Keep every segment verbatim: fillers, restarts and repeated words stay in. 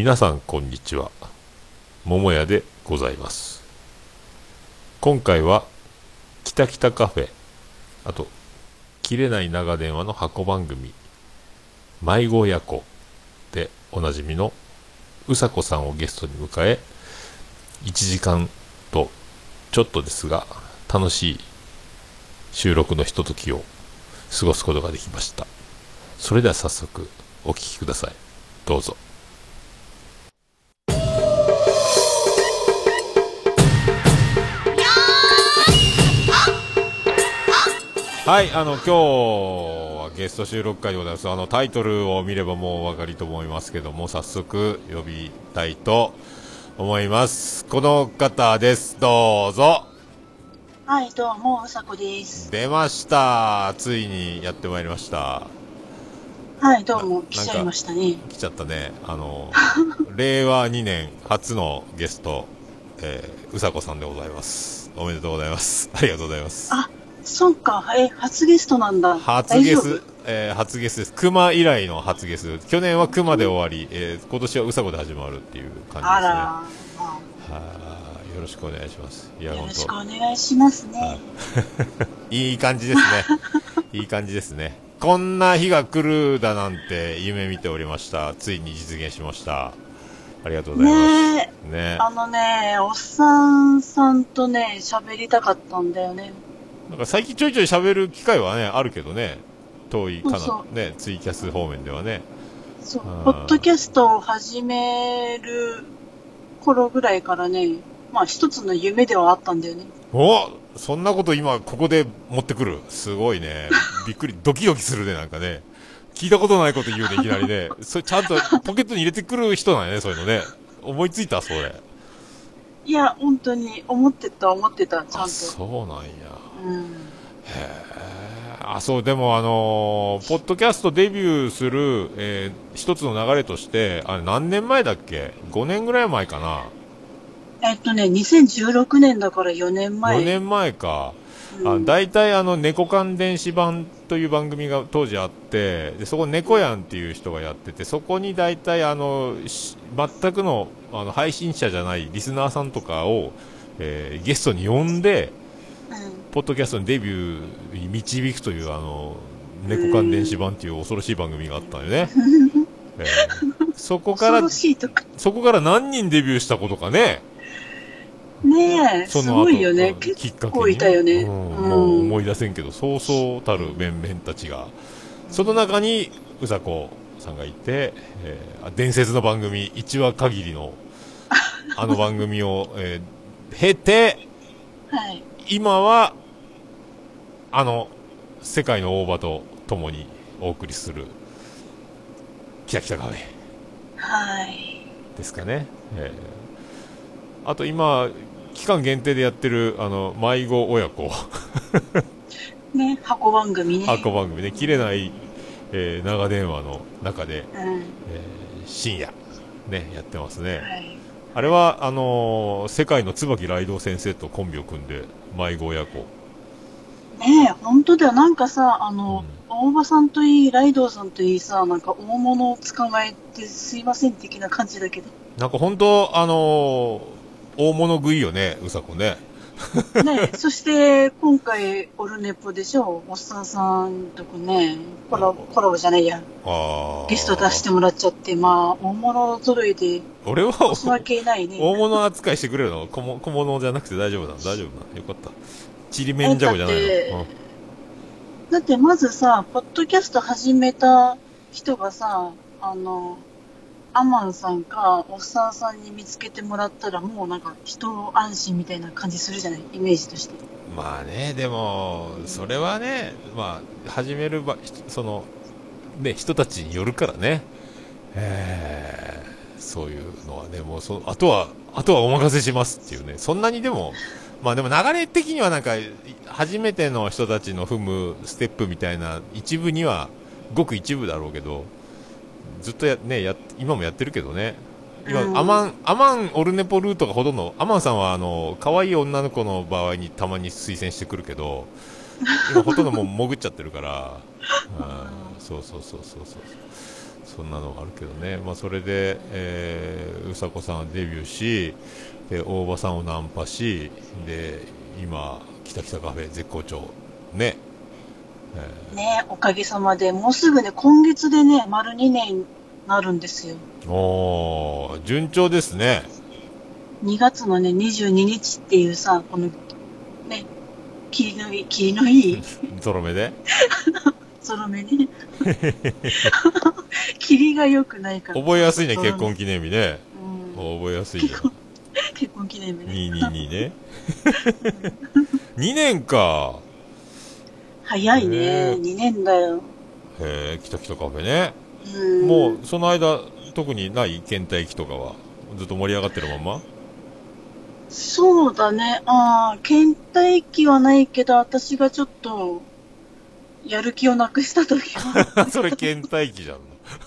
皆さんこんにちは、桃屋でございます。今回はきたきたカフェ、あと切れない長電話の箱番組迷子親子でおなじみのうさこさんをゲストに迎え、いちじかんとちょっとですが楽しい収録のひとときを過ごすことができました。それでは早速お聞きください。どうぞ。はい、あの今日はゲスト収録会でございます。あのタイトルを見ればもうお分かりと思いますけども、早速呼びたいと思います。この方です。どうぞ。 はい、どうもうさこです。 出ました。ついにやってまいりました。 はい、どうも来ちゃいましたね。 来ちゃったね。あのれいわにねん初のゲスト、えー、うさこさんでございます。おめでとうございます。ありがとうございます。 あ、そうか、え、初ゲストなんだ。 初ゲス、えー、初ゲスです。熊以来の初ゲス。去年は熊で終わり、えー、今年はうさこで始まるっていう感じですね。 あら、 はよろしくお願いします。いや、 よろしくお願いしますね。 いい感じですね。いい感じですね。こんな日が来るだなんて夢見ておりました。ついに実現しました。ありがとうございます。 ねえ、 ね、 あのね、おっさんさんとね、喋りたかったんだよね。 なんか最近ちょいちょい喋る機会はね、あるけどね。遠いかな、 そうそうね、ツイキャス方面ではね。 そう、ポッドキャストを始める頃ぐらいからね、まあ一つの夢ではあったんだよね。 お、そんなこと今ここで持ってくる。すごいね。びっくり、ドキドキするね、なんかね。聞いたことないこと言うね、いきなりね。それちゃんとポケットに入れてくる人なんやね、そういうのね。思いついた、それ。 いや、本当に思ってた、思ってた、ちゃんあ、 と。 そうなんや。 うん。 へえ。あ、そう、でもあのー、ポッドキャストデビューする、えー、一つの流れとして、あれ何年前だっけ ?ご 年ぐらい前かな。 えっとね、にせんじゅうろくねんだからよねんまえ。 よねんまえか。 うん、 あ、大体あの、猫缶電子版という番組が当時あって、でそこ猫やんっていう人がやってて、そこに大体あの、全くの、あの配信者じゃないリスナーさんとかを、えー、ゲストに呼んで、 うん、 ポッドキャストのデビューに導くというあの、猫缶電子版っていう恐ろしい番組があったんよね。えー、そこから、 恐ろしいとか。 そこから何人デビューしたことかね。 ねえ、すその後ごいよね。 うん、きっ結構かけに、 いたよね。 うん、 うもうん。 思い出せんけど、そうそうたる面々たちが、その中にうさこさんがいて、えー、伝説の番組いちわ限りのあの番組を、えー、経て、 はい。 今はあの世界の大場と共にお送りするキラキラカフェはい。 ですかね。えー、あと今期間限定でやってるあの迷子親子ね、箱番組ね。 箱番組ね、切れない、えー、長電話の中で、 うん。 えー、深夜ねやってますね。 はい。 あれはあのー、世界の椿ライドウ先生とコンビを組んで迷子親子。 ねえ、本当だよ。なんかさ、あうん、 の、大場さんといい、ライドウさんといいさ、なんか大物を捕まえてすいません的な感じだけど。 なんか本当あのー、大物食いよね、うさこね。 ねえ、そして今回オルネポでしょ、おっさんさんとこね、コラボ、コラボじゃないや。 あゲスト出してもらっちゃって、まあ、大物揃いで、 俺は申し訳ないね。 大物扱いしてくれるの？小物、小物じゃなくて大丈夫なの？大丈夫なの？よかった。ちりめえ、 んじゃだっこじゃないの？ て、だってまずさ、ポッドキャスト始めた人がさ、あの、アマンさんか、おっさんさんに見つけてもらったら、もうなんか、人安心みたいな感じするじゃない、イメージとして。 うん、まあね、でもそれはね、まあ始めるばそのね人たちによるからね。えー、そういうのはね、もうそあとはあとはお任せしますっていうね。そんなにでも、まあでも流れ的にはなんか初めての人たちの踏むステップみたいな一部にはごく一部だろうけど、ずっとやねや今もやってるけどね。今、 うん、 アマンアマンオルネポルートがほとんど、アマンさんはあの可愛い女の子の場合にたまに推薦してくるけど、今ほとんどもう潜っちゃってるから、あ、そうそうそうそうそう、 そんなのがあるけどね、まあ、それで、えー、うさこさんはデビューし、で大場さんをナンパし、で今きたきたカフェ絶好調ね、えね、おかげさまで、もうすぐね、今月でね、丸にねんになるんですよ。 ー、おー順調ですね。 にがつのね、にじゅうににちっていうさ、この、ね、霧のいい、霧のいい、 ゾロ目でゾロ目ね。霧が良くないから。 覚えやすいね、 ゾロ目結婚記念日ね。 うん。 覚えやすいじゃん。 結婚記念日ね。 にひゃくにじゅうにね。にねんか。 早いねね。にねんだよ。 へえ、きたきたカフェね。 うん。 もうその間特にない倦怠期とかはずっと盛り上がってるまま。 そうだね。ああ、倦怠期はないけど、私がちょっと、やる気をなくした時は。 それ倦怠期じゃん。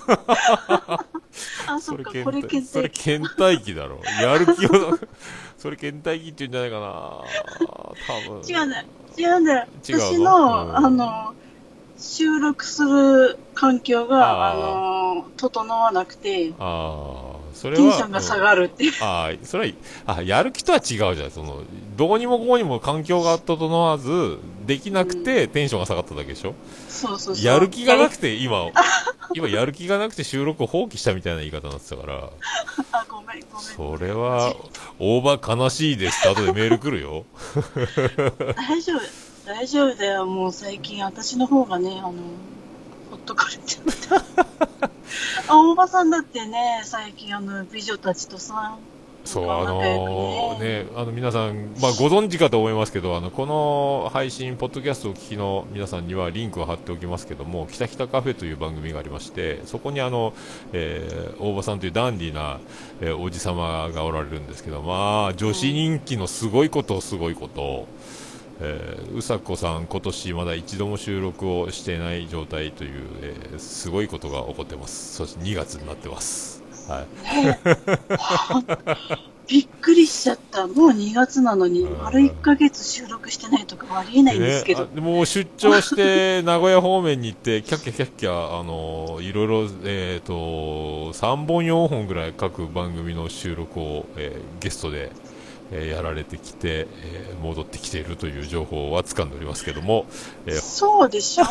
あ、そっか、これそれ倦怠倦怠期。 それ倦怠期だろ。やる気をそれ倦怠期って言うんじゃないかな、多分。 違うんだよ。違うんだよ。 違うの私の、 うん、 あの、収録する環境が、ああの、整わなくて、 ああ、それは、 テンションが下がるっていう。 うん、ああ、それは、あ、やる気とは違うじゃん。その、どうにもこうにも環境が整わず、できなくてテンションが下がっただけでしょ。 そうそうそう。 やる気がなくて。 て、今、今やる気がなくて収録を放棄したみたいな言い方になってたから、 あ、ごめん、ごめん。 それは、大場悲しいですって後でメール来るよ。 大丈夫。大丈夫だよ。もう最近、私の方がね、あの、ほっとかれてる。あ、大場さんだってね、最近、あの、美女たちとさ、 そう、 なんかあ仲良くのー、 ね。 ね、あの皆さん、まあ、ご存知かと思いますけど、あの、この配信、ポッドキャストをお聞きの皆さんにはリンクを貼っておきますけども、きたきたカフェという番組がありまして、そこにあの、えー、大場さんというダンディーな、えーおじさまがおられるんですけど、まあ、女子人気のすごいこと、すごいこと、えー、うさこさん、今年まだ一度も収録をしていない状態という、えーすごいことが起こってます。そしてにがつになってます。はい。 ね、びっくりしちゃった。もうにがつなのに、丸いっかげつ収録してないとかありえないでね、 んですけど。 あでも出張して名古屋方面に行ってキャッキャキャッキャ、あのいろいろ、えー、とさんぼんよんほんぐらい各番組の収録を、えーゲストで、えーやられてきて、えー戻ってきているという情報は掴んでおりますけども、えーそうでしょ。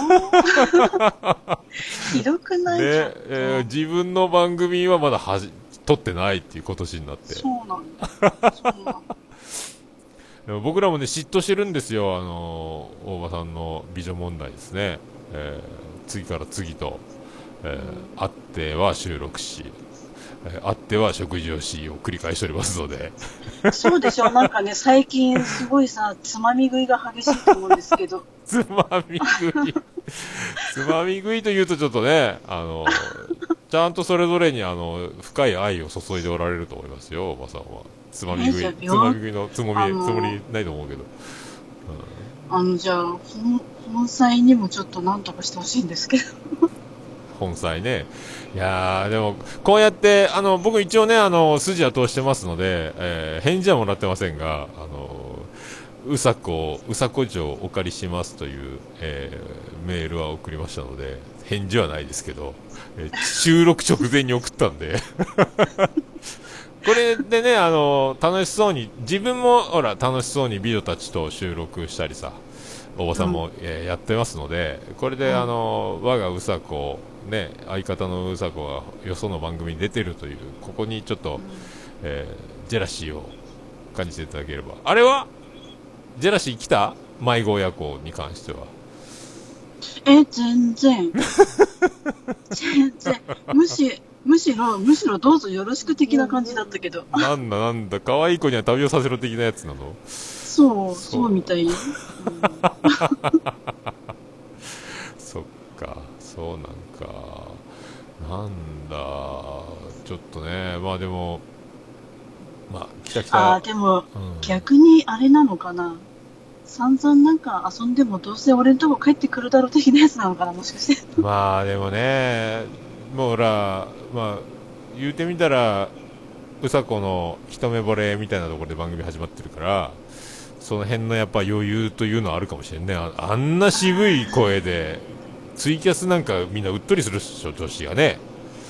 ひどくない？ちょでっと。 えー自分の番組はまだはじ撮ってないっていう今年になって、 そうなんだ。そうなんだ。 でも僕らもね嫉妬してるんですよ、あの大場さんの美女問題ですね、えー次から次と、えー会っては収録し、えー会っては食事をしを繰り返しておりますので、 そうでしょ。なんかね、最近すごいさ、つまみ食いが激しいと思うんですけど。 つまみ食いつまみ食いというとちょっとね、あのちゃんとそれぞれにあの深い愛を注いでおられると思いますよ、おばさんは。つまみえ、 食いじゃあつまみ病、 食いのつもりあの、 つもりないと思うけど、 あの、じゃあ、本、本妻にもちょっとなんとかしてほしいんですけど。 本妻ね。いやー、でも、こうやって、あの、僕一応ね、あの、筋は通してますので、えー返事はもらってませんが、あの、うさこ、うさこ城お借りしますという、えーメールは送りましたので、返事はないですけど、えー収録直前に送ったんで、これでね、あの、楽しそうに、自分も、ほら、楽しそうに美女たちと収録したりさ、おばさんも、えーやってますので、これで、あの、我がうさこ、ね、相方のうさこがよその番組に出てるという、ここにちょっと、えージェラシーを感じていただければ。あれはジェラシー来た迷子親子に関しては。 え、全然。全然。むし、むしろ、むしろどうぞよろしく的な感じだったけど。 なんだなんだ、可愛い子には旅をさせろ的なやつなの。 そう、 そうそうみたいよ。 そっか、そうなんか。なんだ、ちょっとね、まあでも、まあ、来た来た。 ああ、でも、 うん。 逆にあれなのかな。散々なんか遊んでもどうせ俺んとこ帰ってくるだろう的なやつなのかな、もしかして。 まあでもね、もうほら、まあ、言うてみたら、うさこの一目惚れみたいなところで番組始まってるから、その辺のやっぱ余裕というのはあるかもしれんね。あ、あんな渋い声で、ツイキャスなんかみんなうっとりするっしょ、女子がね。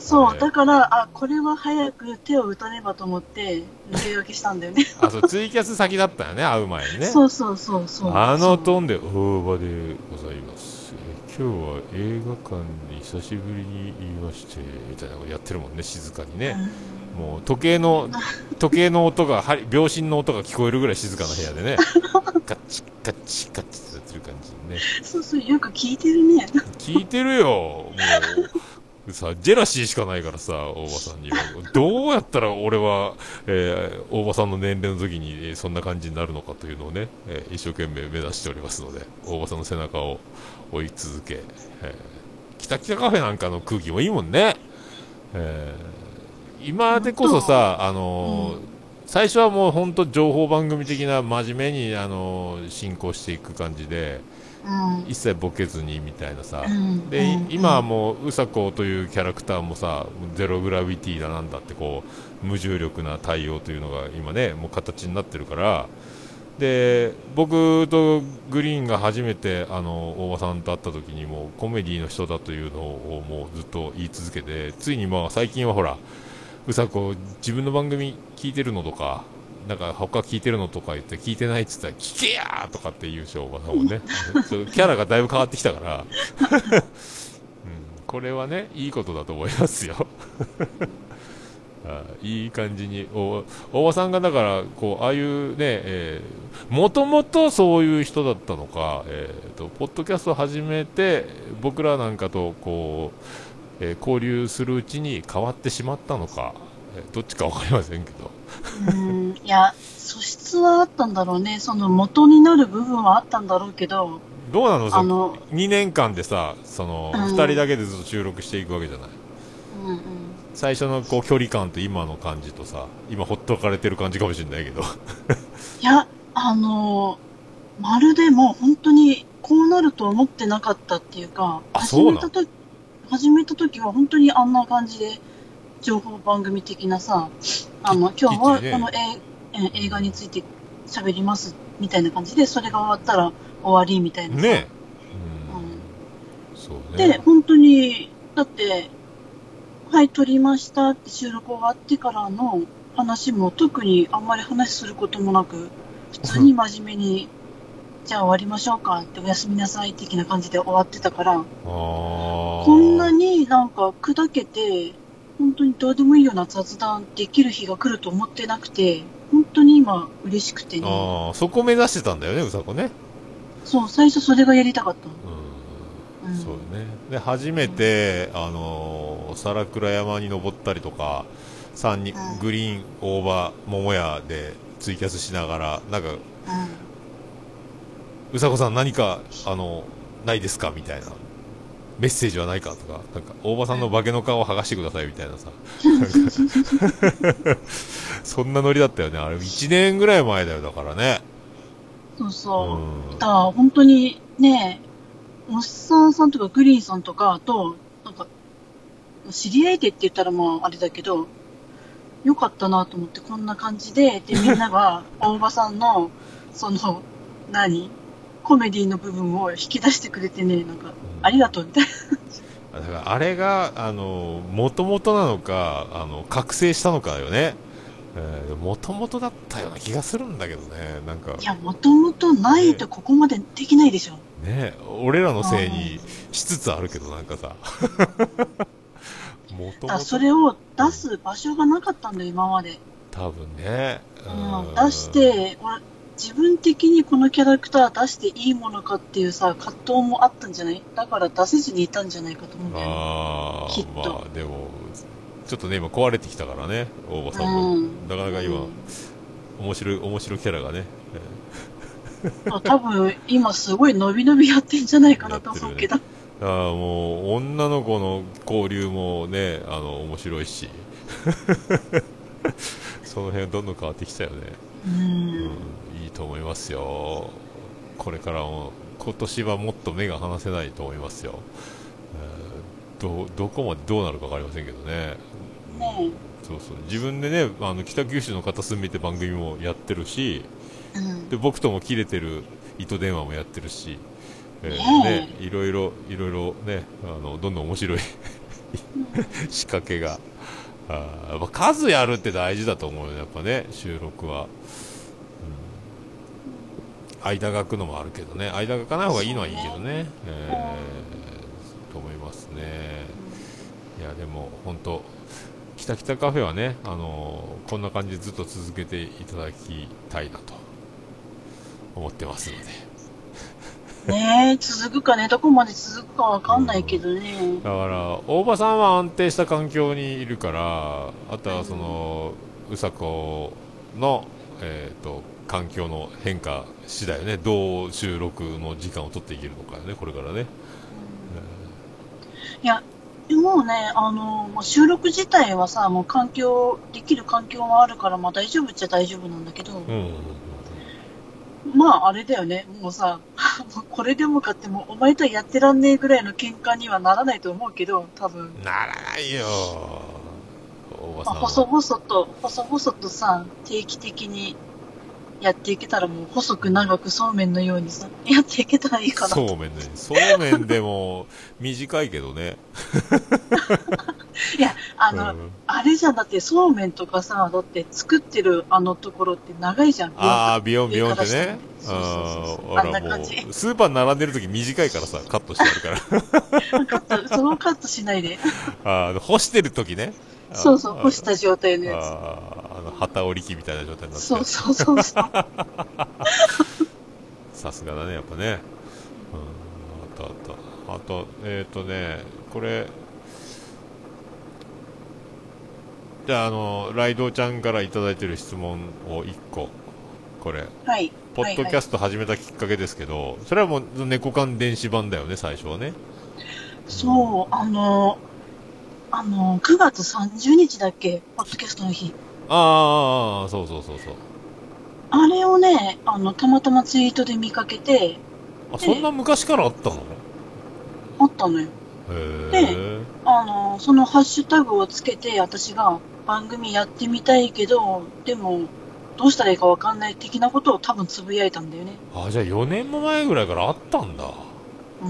そう、 あれだから、あ、これは早く手を打たねばと思って、抜け駆けしたんだよね。 あ、そうツイキャス先だったよね、会う前にね。 そうそうそうそう。 あそう。 のトーンで大場でございます、えー今日は映画館に久しぶりに言いましてみたいなことやってるもんね、静かにね。もう時計の時計の音が針秒針の音が聞こえるぐらい静かな部屋でね、カチッカチッカチッってやってる感じでね。 そうそう、よく聞いてるね。 聞いてるよもうさ、ジェラシーしかないからさ、大場さんには。どうやったら俺は、えー大場さんの年齢の時に、えーそんな感じになるのかというのをね、えー一生懸命目指しておりますので、大場さんの背中を追い続け、えー、キタキタカフェなんかの空気もいいもんね。えー今でこそさ、あのーうん。 最初はもう本当情報番組的な真面目に、あのー進行していく感じで、 うん。 一切ボケずにみたいなさ。 うん。うで、 ん。 今はもう、うさこというキャラクターもさ、ゼログラビティだなんだってこう、無重力な対応というのが今ね、もう形になってるから、で、僕とグリーンが初めて、あの、大場さんと会った時にもコメディの人だというのをもうずっと言い続けて、ついにまあ最近はほら、うさこ自分の番組聞いてるのとか、なんか他聞いてるのとか言って聞いてないって言ったら聞けやーとかって言うしょ、おばさんもね。そうキャラがだいぶ変わってきたから、うん、これはね、いいことだと思いますよ。あいい感じに、お大場さんがだから、こう、ああいうね、えー、もともとそういう人だったのか、えーと、ポッドキャストを始めて、僕らなんかと、こう、えー交流するうちに変わってしまったのか、えーどっちかわかりませんけど。 うん。いや、素質はあったんだろうね。その元になる部分はあったんだろうけど、 どうなのその、 あの、 にねんかんでさ、その、ふたりうん。 だけでずっと収録していくわけじゃない。 うんうん。 最初のこう距離感と今の感じとさ、今ほっとかれてる感じかもしれないけど。 いや、あの、まるでもう本当にこうなると思ってなかったっていうか、 あ、 始そうなんめたと、始めた時は本当にあんな感じで、情報番組的なさ、あき、 の、今きっちりね。 日はこの映え映画について喋りますみたいな感じで、それが終わったら終わりみたいなさ。 ねえ。うん。そうん、 うね。 で、本当に、だって、はい、撮りましたって収録終わってからの話も特にあんまり話することもなく、普通に真面目に、じゃあ終わりましょうかっておやすみなさい的な感じで終わってたから、 あこんなー。 になんか砕けて、本当にどうでもいいような雑談できる日が来ると思ってなくて、本当に今嬉しくてね。 あー、そこ目指してたんだよね、うさこね。 そう、最初それがやりたかったの。 うん。 うん。 そうね。で、初めて、あのー、皿倉山に登ったりとか、三人、 うん。 グリーン、大場、桃屋でツイキャスしながら、なんか、 うん。 うさこさん何か、あの、ないですかみたいな。メッセージはないかとか、なんか、大場さんの化けの皮を剥がしてくださいみたいなさ。なんかそんなノリだったよね。あれ、いちねんぐらい前だよ、だからね。 そううそう。だん。 から本当にね、おっさんさんとかグリーンさんとかと、なんか、知り合いでって言ったらまああれだけど、よかったなと思ってこんな感じで、でみんなが大場さんの、その、何コメディの部分を引き出してくれてね、なんか、ありがとうみたいだからあれが、あの、もともとなのか、あの、覚醒したのかよね。えー、もともとだったような気がするんだけどね。なんか、 な。いや、もともとないね、 とここまでできないでしょ。 ね、俺らのうん。 せいにしつつあるけど、なんかさ、もとだもと、 それをうん、 出す場所がなかったんだよ、今まで。 多分ね、ううん、出しーん、 て、俺、自分的にこのキャラクター出していいものかっていうさ、葛藤もあったんじゃない？だから出せずにいたんじゃないかと思うんだよね。きあー、 っと。 まあ、でも、ちょっとね、今壊れてきたからね、大場うさんも。 ん。 なかなか今、 うん。 面白い、面白いキャラがね、 多分、今すごい伸び伸びやってんじゃないかやなってるよね。 と思うけど。 ああ、もう、女の子の交流もね、あの、面白いし、その辺どんどん変わってきたよね。 うん。 うん、いいと思いますよ。これからも、今年はもっと目が離せないと思いますよ。えーど、どこまでどうなるかわかりませんけどね。 ねうん、そうそう。自分でね、あの、北九州の片隅って番組もやってるし、 え。うん。 で、僕とも切れてる糸電話もやってるし、えーね、 ねいろいろ、いろいろね、あの、どんどん面白い仕掛けが。あやっぱ数やるって大事だと思うよ、やっぱね、収録は。うん、間が空くのもあるけどね、間が空かない方がいいのはいいけどね、えー、と思いますね。いや、でも、本当、きたきたカフェはね、あのー、こんな感じでずっと続けていただきたいなと思ってますので。 ねえ、続くかね、どこまで続くかわかんないけどね。 だから大場さんは安定した環境にいるから、あとはそのうさこの、えー、と環境の変化次第ね、どう収録の時間を取っていけるのかね、これからね。 いや、もうね、あの、もう収録自体はさ、もう環境、できる環境はあるから、まあ大丈夫っちゃ大丈夫なんだけど、 うん、うん、 まああれだよね、もうさ、もうこれでもかってもうお前とやってらんねえぐらいの喧嘩にはならないと思うけど、多分。 ならないよ大場まあ、 さんは。 細々と、細々とさ、定期的にやっていけたらもう細く長くそうめんのようにさ、やっていけたらいいかなと。 そうめんね、そうめんでも短いけどね。 いや、あの、 うん、 あれじゃん、だってそうめんとかさ、だって作ってるあのところって長いじゃん、ビヨンとああ、ビヨンビ上ヨンってね。 から下まで。そうそうそうあそう。 あ、ああんらもな感じ。 う、スーパーに並んでる時短いからさ、カットしてあるから。 カット、そのカットしないで。 ああ、干してる時ね。あそうそう、干した状態のあ、 やつ。 ああの、旗織り機みたいな状態になってる。 そうそうそうそう。 さすがだね、やっぱね。うん、あったあった。あと、えっ、ー、とね、これ、じゃあ、あの、ライドウちゃんからいただいてる質問をいっこ。これ、 はい。 ポッドはいはい。 キャスト始めたきっかけですけど、それはもう猫缶電子版だよね、最初はね。うん、 そう、あの、あの、くがつさんじゅうにちだっけ、ポッドキャストの日。 ああ、そうそうそうそう。 あれをね、あの、たまたまツイートで見かけて、 あ、そんで、 な昔からあったの？へあったのよ。で、 え。 あの、そのハッシュタグをつけて、私が番組やってみたいけど、でも、どうしたらいいかわかんない的なことを多分つぶやいたんだよね。 あ、じゃあよねんも前ぐらいからあったんだ。 うん。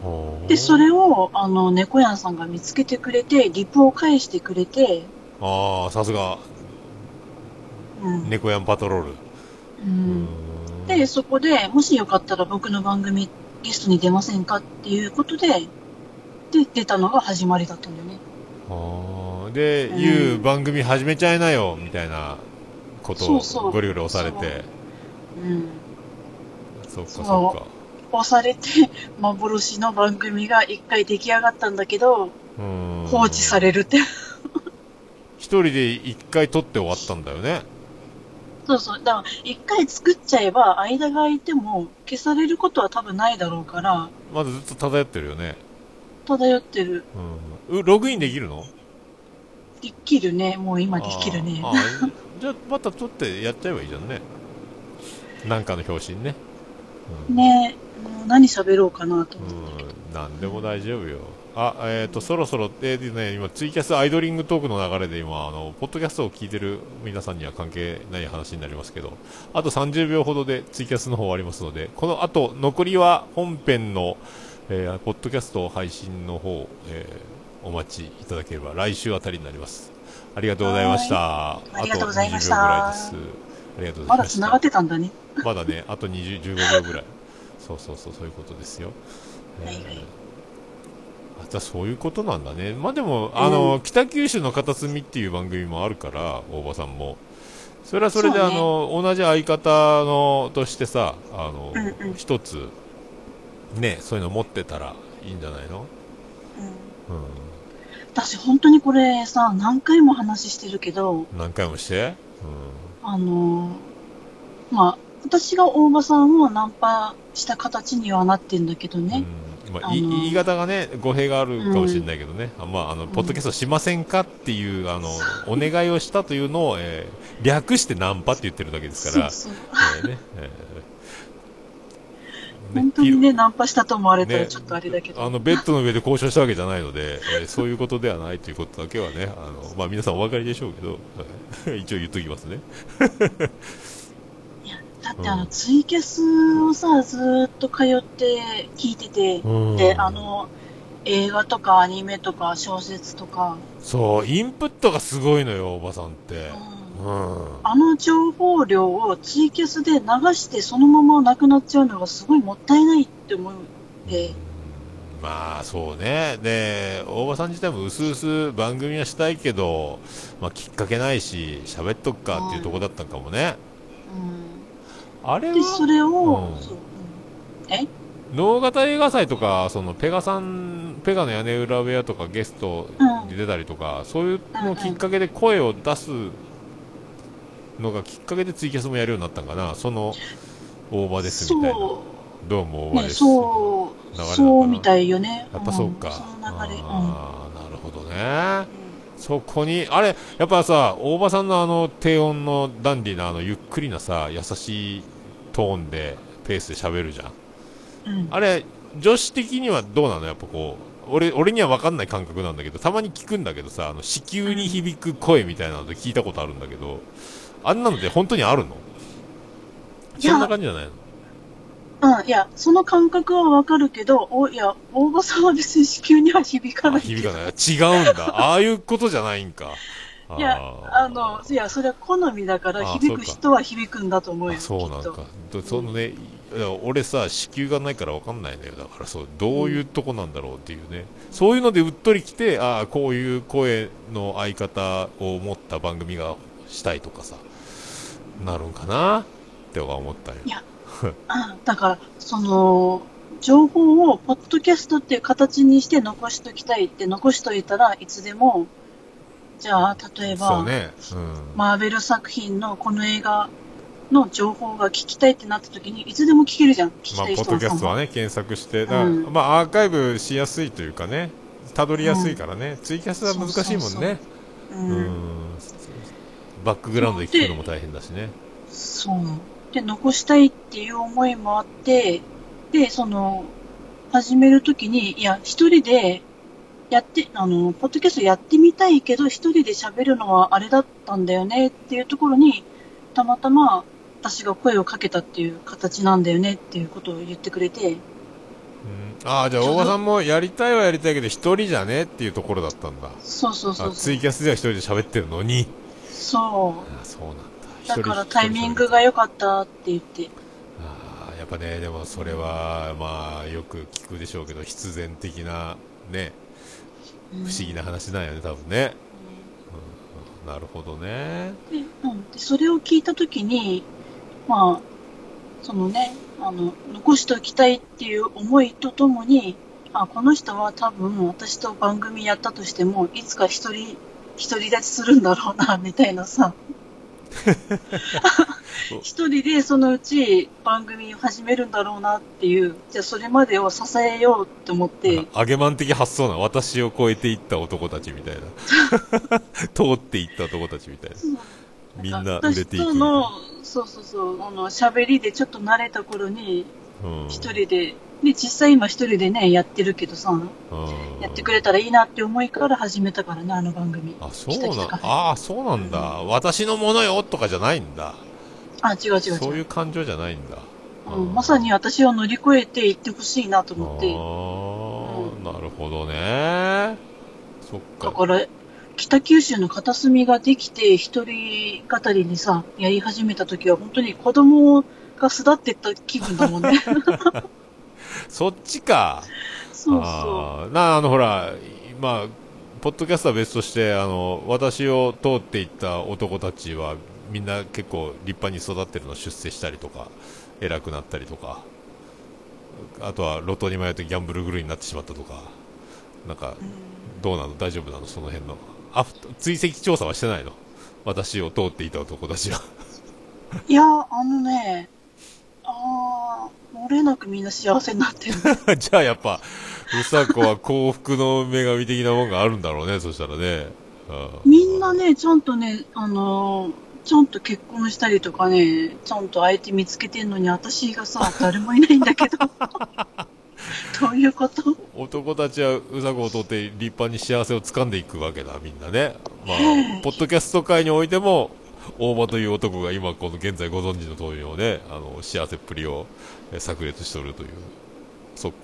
で、そほれを、あの、猫屋さんが見つけてくれて、リプを返してくれて、 ー。ああ、さすが、 うん。 猫やんパトロール。ううーん。で、 ん。 そこで、もしよかったら僕の番組ゲストに出ませんかっていうことで、で、出たのが始まりだったんだよね。 ああ、で、 ういうん。 番組始めちゃいなよ、みたいなことをそうそう。 ゴリゴリ押されそう。 て。 うん。 そっかそっそか。 う。押されて、幻の番組が一回出来上がったんだけど、 うー放置されん。 るって。 一人で一回撮って終わったんだよね。 そうそう。だから、一回作っちゃえば、間が空いても消されることは多分ないだろうから、 まだずっと漂ってるよね。 漂ってる。 うん。うログインできるの？ できるね。もう今できるね。 あーあー、じゃあまた撮ってやっちゃえばいいじゃんね。なんかの表紙にね。 ねえ、もう何喋ろうかなとう思ってたけど。 ん、なんでも大丈夫よ。あ、えっ、ー、と、そろそろ、えーね、今、ツイキャスアイドリングトークの流れで今、あの、ポッドキャストを聞いてる皆さんには関係ない話になりますけど、あとさんじゅうびょうほどでツイキャスの方終わりますので、この後、残りは本編の、えー、ポッドキャスト配信の方、えー、お待ちいただければ、来週あたりになります。ありがとうございまはーい。 した。あありがとうとございましにじゅうびょうぐらいです。 た。 ありがとうござまいました。 だ繋がってたんだね。 まだね、あとにじゅう、じゅうごびょうぐらい。そうそうそう、そういうことですよ。えはいはい。 ー、あ、じゃあそういうことなんだね。まあでも、 うん。 あの、北九州の片隅っていう番組もあるから、大場さんも。それはそれで、あそうね。 の、同じ相方の、としてさ、あの、 うんうん。 一つ、ね、そういうの持ってたらいいんじゃないの？ うん。 う私本当にこれさ、何回も話してるけど、 ん。何回もして。 あの、まあ、私が大場さんをナンパした形にはなってんだけどうん。 ね。 うん。まあ、い言いあの、 方がね、語弊があるかもしれうん、 ないけどね。あまあ、あの、 うん。 ポッドキャストしませんかっていう、あの、お願いをしたというのを、えー略してナンパって言ってるだけですから、 そうそう。 えーね、えーね、ピロ本当にね、ナンパしたと思われたらね、 ちょっとあれだけど。 あのベッドの上で交渉したわけじゃないので、えーそういうことではないということだけはね、あの、まあ、皆さんお分かりでしょうけど、はい一応言っときますね。 いや、だっうん。 てあの、ツイキャスをさ、ずーっと通って聞いてて、 うで、あん。 の、 映画とかアニメとか小説とか、 そう、インプットがすごいのよ、おばさんって。 うん、 うん。 あの情報量をツイキャスで流してそのままなくなっちゃうのがすごいもったいないって思うで、 まあそうね。で、大場さん自体もうすうす番組はしたいけど、まあきっかけないし、喋っとくかっていうところだったんかもね。 うん、で、 あれは、 それを、 うん。 そう、うん、え能型映画祭とか、そのペガさん、ペガの屋根裏部屋とかゲストうん、うん、 に出たりとか、そういうのきっうん。 かけで声を出すのがきっかけでツイキャスもやるようになったんかな。その大場ですみたいな。 そどうも大う、ね、 場です。 そう、 流れなのかな。 そうみたいよね。 やっぱうん、 そうか。 その流れ、うん。 ああ、なるほどね。そこに、あれ、やっぱさ、大場さんのあの低音のダンディーなあのゆっくりなさ、優しいトーンで、ペースで喋るじゃん。 うん、うん。 あれ、女子的にはどうなのやっぱこう、俺、俺には分かんない感覚なんだけど、たまに聞くんだけどさ、あの、子宮に響く声みたいなので聞いたことあるんだけど、あんなので本当にあるの？そんないや、 感じじゃないの？ うん、いや、その感覚はわかるけど、お、いや、大場さんは別に子宮には響かあ、 ないけど。 響かない。違うんだ。ああいうことじゃないんか。 いや、あの、いや、それは好みだから、 ああ、そうか。 響く人は響くんだと思うあ、 よ、きっと。 そうなんか。どうん。 そのね、いや俺さ、子宮がないから分かんないのよ。だからそう、どういうとこなんだろうっていうね。そういうのでうっとり来て、ああ、こういう声の相方を持った番組がしたいとかさ、なるんかなって思ったよ。 いや、うん、だから、その、情報をポッドキャストっていう形にして残しときたいって残しといたらいつでも、じゃあ、例えば、 そうね。うん。 マーベル作品のこの映画の情報が聞きたいってなった時にいつでも聞けるじゃん。聞きまあ、 たいポッ人はさんは。 ドキャストはね、検索して、だうん。 まあ、アーカイブしやすいというかね、たどりやすいうん。 からね、ツイキャスはそう難しそうそう。 いもんね。 ううん。 ん。バックグラウンドそうで、 で聞くのも大変だしね。 そう。で、残したいっていう思いもあって、で、その、始めるときに、いや、一人でやって、あの、ポッドキャストやってみたいけど、一人で喋るのはあれだったんだよねっていうところに、たまたま私が声をかけたっていう形なんだよねっていうことを言ってくれて、 うん、ああ、じゃあ、大場さんもやりたいはやりたいけど、一人じゃねっていうところだったんだ。 そうそうそあ、 うそう。 ツイキャスでは一人で喋ってるのに。 そああ、そうなんだ。 う。 一人、 だから一タイミン人喋りたい。 グが良かったって言って。 ああ、やっぱね、でもそれは、まあ、よく聞くでしょうけど、必然的な、ね、 うん。 不思議な話なんよね、多分ね。うん、なるほどね。 で、うん。で、それを聞いたときに、まあ、そのね、あの、残しておきたいっていう思いとともに、あ、この人は多分私と番組やったとしても、いつか一人、独り立ちするんだろうな、みたいなさ、一人でそのうち番組を始めるんだろうなっていう、じゃあそれまでを支えようって思って、 あげまん的発想な、私を超えていった男たちみたいな。通っていった男たちみたいな。 なんかみんな売れ私ていくみたいな。 との、そうそうそう、あの、喋りでちょっと慣れた頃に、 うん。 一人で、で、実際今一人でね、やってるけどさ、 うん。 やってくれたらいいなって思いから始めたからね、あの番組。 あ、そきたうな、 きたカフェ。 ああ、そうなんだ。 うん。 私のものよとかじゃないんだ。 あ、違う違う違う。 そういう感情じゃないんだ。あうん、まさに私を乗り越えていってほしいなとあ、 思って。うん。 なるほどね。そっか。 だから、北九州の片隅ができて、一人語りにさ、やり始めた時は、本当に子供が巣立ってった気分だもんね。 そっちか。 そうそああ、な、あの、ほら、まあ、ポッドキャストは別として、あの、私を通っていった男たちは、みんな結構立派に育ってるの、出世したりとか、偉くなったりとか、あとは路頭に迷ってギャンブル狂いになってしまったとか、なんか、 う。うん。 どうなの大丈夫なのその辺の。アフ追跡調査はしてないの私を通っていた男たちは。 いや、あのね、あー、漏れなくみんな幸せになってる。 じゃあやっぱ、うさこは幸福の女神的なもんがあるんだろうね、そしたらね。 みんなね、ちゃんとね、あのーちゃんと結婚したりとかね、ちゃんと相手見つけてんのに、私がさ、誰もいないんだけど。どういうこと？ 男たちはうさこを通って立派に幸せを掴んでいくわけだ、みんなね。まあ、 へえ。 ポッドキャスト界においても、大場という男が今この現在ご存知の通りのね、あの、幸せっぷりをえ炸裂しとるという。そっか。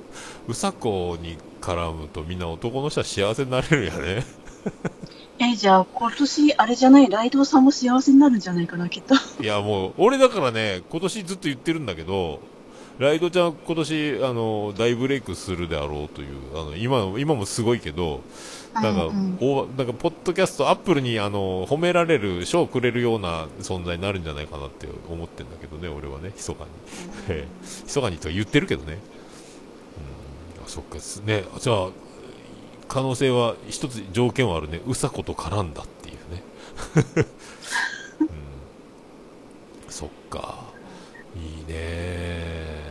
うさこに絡むとみんな男の人は幸せになれるんやね。 え、じゃあ今年、あれじゃない、ライドウさんも幸せになるんじゃないかな、きっと。 いやもう、俺だからね、今年ずっと言ってるんだけど、ライドちゃん今年、あの、大ブレイクするであろうという、あの、今、今もすごいけど、なんか、 うんうん。 お、なんか、ポッドキャスト、アップルに、あの、褒められる、賞をくれるような存在になるんじゃないかなって思ってんだけどね、俺はね、密かに。ええ、密かにとか言ってるけどね。うん、あ、そっか、すね、じゃあ、可能性は、一つ条件はあるね。うさこと絡んだっていうね。うん、そっか。いいね。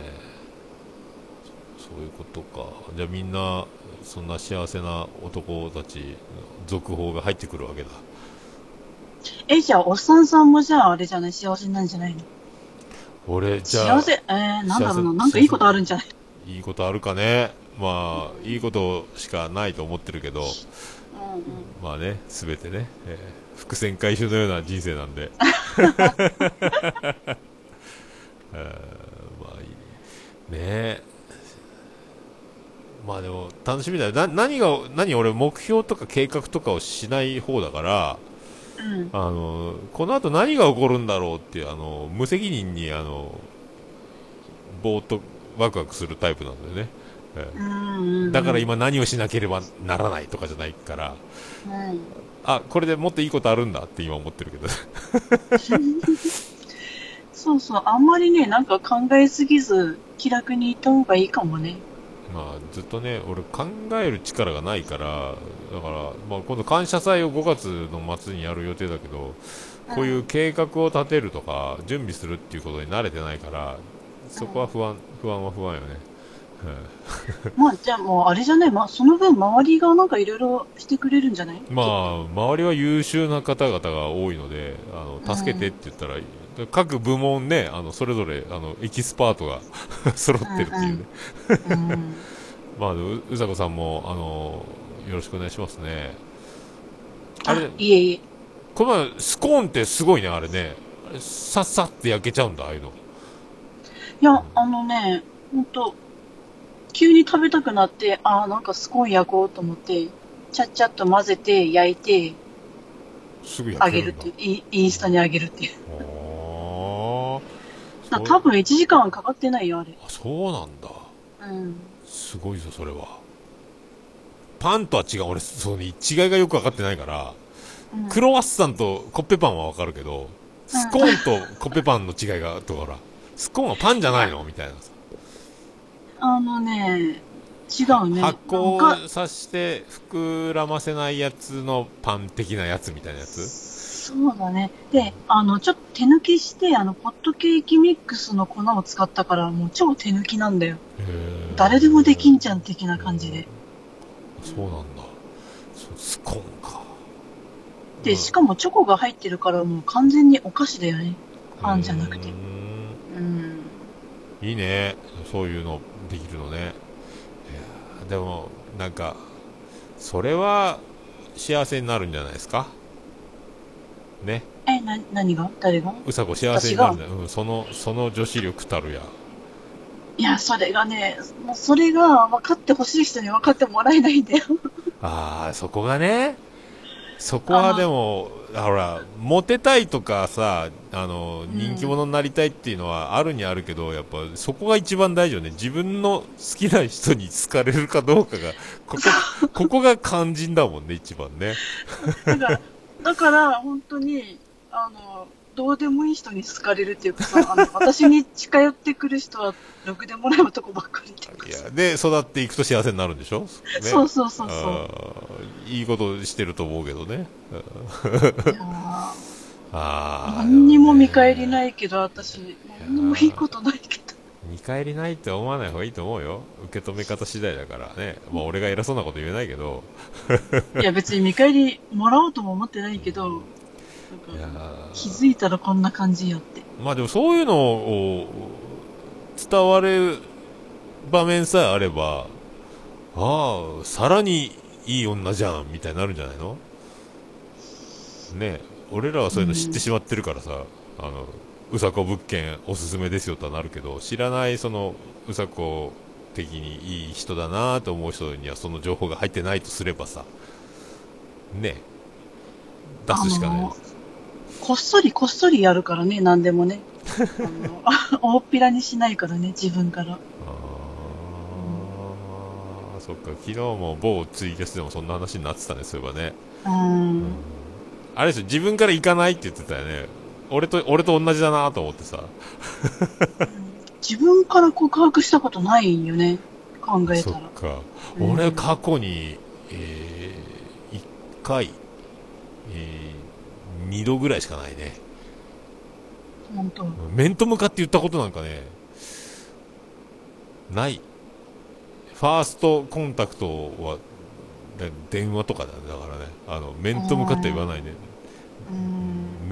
そういうことか。じゃあみんな、そんな幸せな男たち、続報が入ってくるわけだ。 え、じゃあ、おっさんさんもじゃあ、あれじゃない、幸せなんじゃないの？ 俺、じゃあ、 幸せ、えー、なんだ幸せ、 ろうな、なんかい幸せ、 いことあるんじゃない？ いいことあるかね。まあ、いいことしかないと思ってるけど、 うんうん。 まあね、すべてね、えー伏線回収のような人生なんで、えーまあいいねえ。まあでも、楽しみだよ。な、何が、何俺、目標とか計画とかをしない方だから、 うん。 あの、この後何が起こるんだろうっていう、あの、無責任に、あの、ぼーっとワクワクするタイプなんだよね。えうんうんうん。 だから今何をしなければならないとかじゃないから、 うん。 あ、これでもっといいことあるんだって今思ってるけど。 そうそう、あんまりね、なんか考えすぎず、気楽に行った方がいいかもね。 まあ、ずっとね、俺考える力がないから、だから、まあ今度感謝祭をごがつの末にやる予定だけど、こういううん。 計画を立てるとか、準備するっていうことに慣れてないから、そこはうん。 不安、不安は不安よね。 まあ、じゃあもう、あれじゃない、まあ、その分、周りがなんかいろいろしてくれるんじゃないきっと。 まあ、周りは優秀な方々が多いので、あの、助けてっうん。 て言ったら、各部門ね、あの、それぞれ、あの、エキスパートが揃ってるっていうね。 うんうん。うん。 まあ、う、うさこさんも、あの、よろしくお願いしますね。ああ、 れ、 いえいえ。 この前、スコーンってすごいね、あれね。あれさっさって焼けちゃうんだ、ああいうの。 いや、あのね、ほんと、急に食べたくなって、ああ、なんかスコーン焼こうと思って、ちゃっちゃっと混ぜて、焼いて、 すぐ焼けるんだ。 あげるっていう、インインスタにあげるっていう。 ああ、 だそう、 多分いちじかんはかかってないよ、あれ。 あ、そうなんだ。 うん。 すごいぞ、それは。パンとは違う。俺、そうね、違いがよくわかってないから、 うん。 クロワッサンとコッペパンはわかるけど、スコーンとコッペパンの違いが、とかほら、スコーンはパンじゃうん。あ、 ないのみたいなさ。 あのね、違は、 うね。 発なんか、 酵させて膨らませないやつのパン的なやつみたいなやつ。 そうだね。で、あの、ちょっと手抜きして、あの、ホットケーキミックスの粉を使ったから、もう超手抜きなんだよ。 へ誰でもできんー。 じゃん的なへ感じで。 ー、そうなんだ。そう、スコーンか。 で、しかもチョコが入ってるからもう完全にお菓子だよね。 うん。うパンじゃなくて。 ーん。 うん。 いいね。そういうのできるのね。いやー、でも、なんか、それは幸せになるんじゃないですかね。 え、な、何が誰がうさこ幸せ私がになるんだよ。うん、その、その女子力たるや。 いや、それがね、もうそれが分かってほしい人に分かってもらえないんだよ。 ああ、そこがね、そこはであの、 も、ほら、モテたいとかさ、あの、人気うん。 者になりたいっていうのはあるにあるけど、やっぱそこが一番大事よね。自分の好きな人に好かれるかどうかが、ここ、ここが肝心だもんね、一番ね。 だから、だから、本当に、あの、どうでもいい人に好かれるっていうかさ、あの、私に近寄ってくる人は、ろくでもない男ばっかりっていうかさ。 いや、で、育っていくと幸せになるんでしょね。 そうそうそうそう。 あー、いいことしてると思うけどね。 いやー、 ああ、でも何にも見返りね。 ないけど、私、 い何にもいいこやとないけど。 ー、見返りないって思わない方がいいと思うよ。受け止め方次第だからね。まあ俺が偉そうなこと言えないけど。 いや、別に見返りもらおうとも思ってないけど、なんか、 いや気づいたらこんな感じよって。 ー、まあでもそういうのを伝わる場面さえあれば、ああ、さらにいい女じゃん、みたいになるんじゃないのね。俺らはそういうの知ってうん。 しまってるからさ、あの、うさこ物件おすすめですよとはなるけど、知らないその、うさこ的にいい人だなと思う人にはその情報が入ってないとすればさ、ね、出すしかない。 こっそりこっそりやるからね、何でもね。あの大っぴらにしないからね、自分から。ああ、うん、そっか、昨日も某ツイキャスでもそんな話になってたね、そういえばね。 うん、うん、 あれですよ、自分から行かないって言ってたよね。俺と俺と同じだなと思ってさ。 自分から告白したことないよね、考えたら。 そっか、 うん、 俺過去に、えー、いっかい、えー、にどぐらいしかないね。 本当。 面と向かって言ったことなんかね、ない。ファーストコンタクトは電話とかだ、だからね、あの面と向かって言わないね。 うん、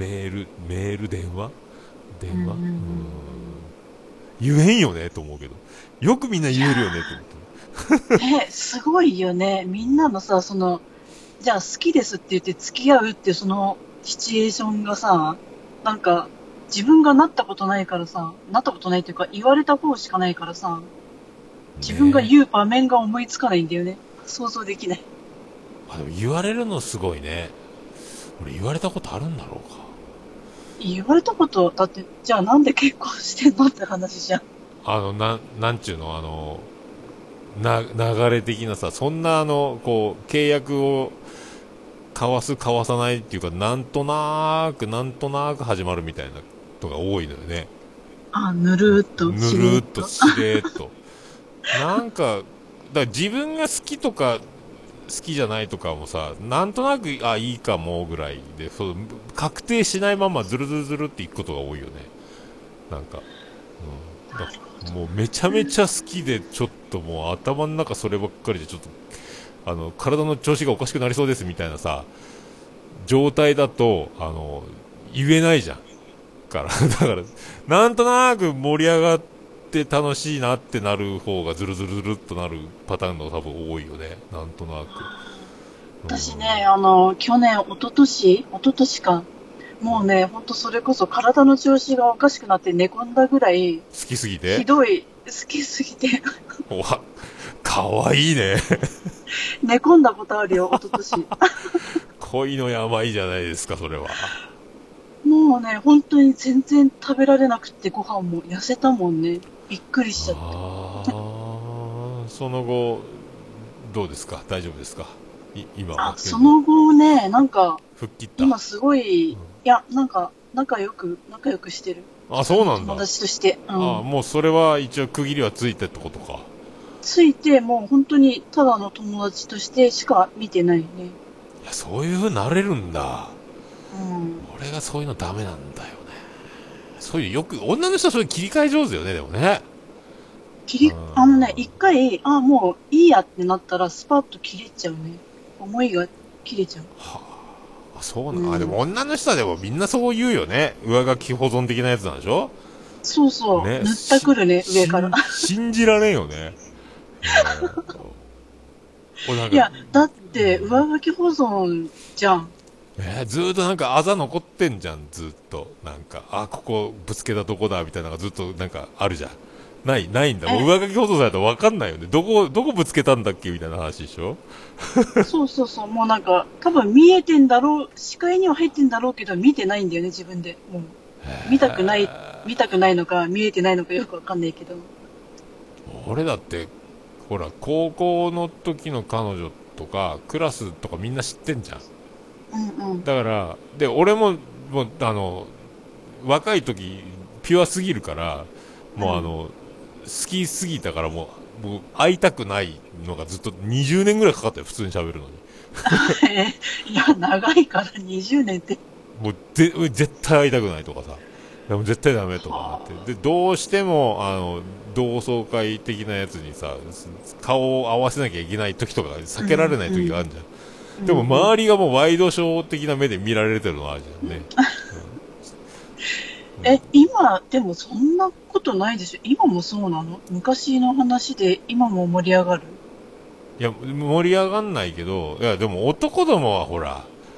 メールメール電話電話、 うん、ううん、 ん、 言えんよねと思うけど、よくみんな言えるよねと思って。 え、すごいよね。みんなのさ、その、じゃあ好きですって言って付き合うっていうそのシチュエーションがさ、なんか、自分がなったことないからさ、なったことないっていうか言われた方しかないからさ、自分がね、 言う場面が思いつかないんだよね。想像できない。 あ、でも言われるのすごいね。俺言われたことあるんだろうか。 言われたこと、だって、じゃあなんで結婚してんのって話じゃん。 あの、なん、なんちゅうの、あの、な、流れ的なさ、そんなあの、こう、契約を交わす、交わさないっていうか、なんとなーく、なんとなーく始まるみたいなことが多いのよね。 あ、ぬるーっと、 ぬしれーっと。 るーっと、しれーっと。なんか、だから自分が好きとか、好きじゃないとかもさ、なんとなく、あ、いいかもぐらいで、そう、確定しないままズルズルズルっていくことが多いよね。なんか。うん、だもうめちゃめちゃ好きで、ちょっともう頭の中そればっかりで、ちょっと、あの、体の調子がおかしくなりそうですみたいなさ、状態だと、あの、言えないじゃん。から、だから、なんとなく盛り上がって楽しいなってなる方がズルズルズルっとなるパターンの多分多いよね。なんとなく。 私ね、あの、去年、一昨年一昨年か。もうね、ほんとそれこそ体の調子がおかしくなって寝込んだぐらい、 好きすぎてひどい、好きすぎてわ、かわいいね。 寝込んだことあるよ、一昨年。 恋の病じゃないですか、それは。 もうね、本当に全然食べられなくてご飯も痩せたもんね。びっくりしちゃって。 ああ、その後、どうですか、大丈夫ですか、い今は。 あ、その後ね、なんか、 吹っ切った。 今すごい、 うん、 いや、なんか、仲良く、仲良くしてる。 あ、そうなんだ。 友達として。うあ、 ん。 もうそれは一応区切りはついてってことか。 ついて、もう本当にただの友達としてしか見てないね。 いや、そういう風になれるんだ。 うん。 俺がそういうのダメなんだよね。そういう、よく、女の人はそういう切り替え上手よね、でもね。 切り、あのね、一回、あ、もういいやってなったらスパッと切れちゃうね。思いが切れちゃう。 はあ、そうなの、 うん、 あ、でも女の人はでもみんなそう言うよね。上書き保存的なやつなんでしょ。 そうそう。 ね、 塗ったくるね、上から。 信じられんよね。おなんか、 いや、だって上書き保存じゃん。 えー、ずーっとなんかあざ残ってんじゃん、ずーっと。なんか、あ、ここぶつけたとこだ、みたいなのがずっとなんかあるじゃん。ない、ないんだ。もう上書き保存されたらわかんないよね。どこ、どこぶつけたんだっけみたいな話でしょ。 そうそうそう。もうなんか、多分見えてんだろう、視界には入ってんだろうけど、見てないんだよね、自分で。もう、見たくない、見たくないのか、見えてないのかよくわかんないけど。 俺だって、ほら、高校の時の彼女とか、クラスとかみんな知ってんじゃん。 うんうん。 だから、で、俺も、もう、あの、若い時、ピュアすぎるから、もうあの、好きすぎたからもう、もう会いたくないのがずっとにじゅうねんぐらいかかったよ、普通に喋るのに。 いや、長いからにじゅうねんって。 もうぜ、絶対会いたくないとかさ。でも絶対ダメとかなって。で、どうしても、あの、同窓会的なやつにさ、顔を合わせなきゃいけない時とか避けられない時があるじゃん。うんうん、でも周りがもうワイドショー的な目で見られてるのあるじゃんね。 うん、え、今、でもそんなことないでしょ。今もそうなの？昔の話で今も盛り上がる？ いや、盛り上がんないけど、いや、でも男どもはほら、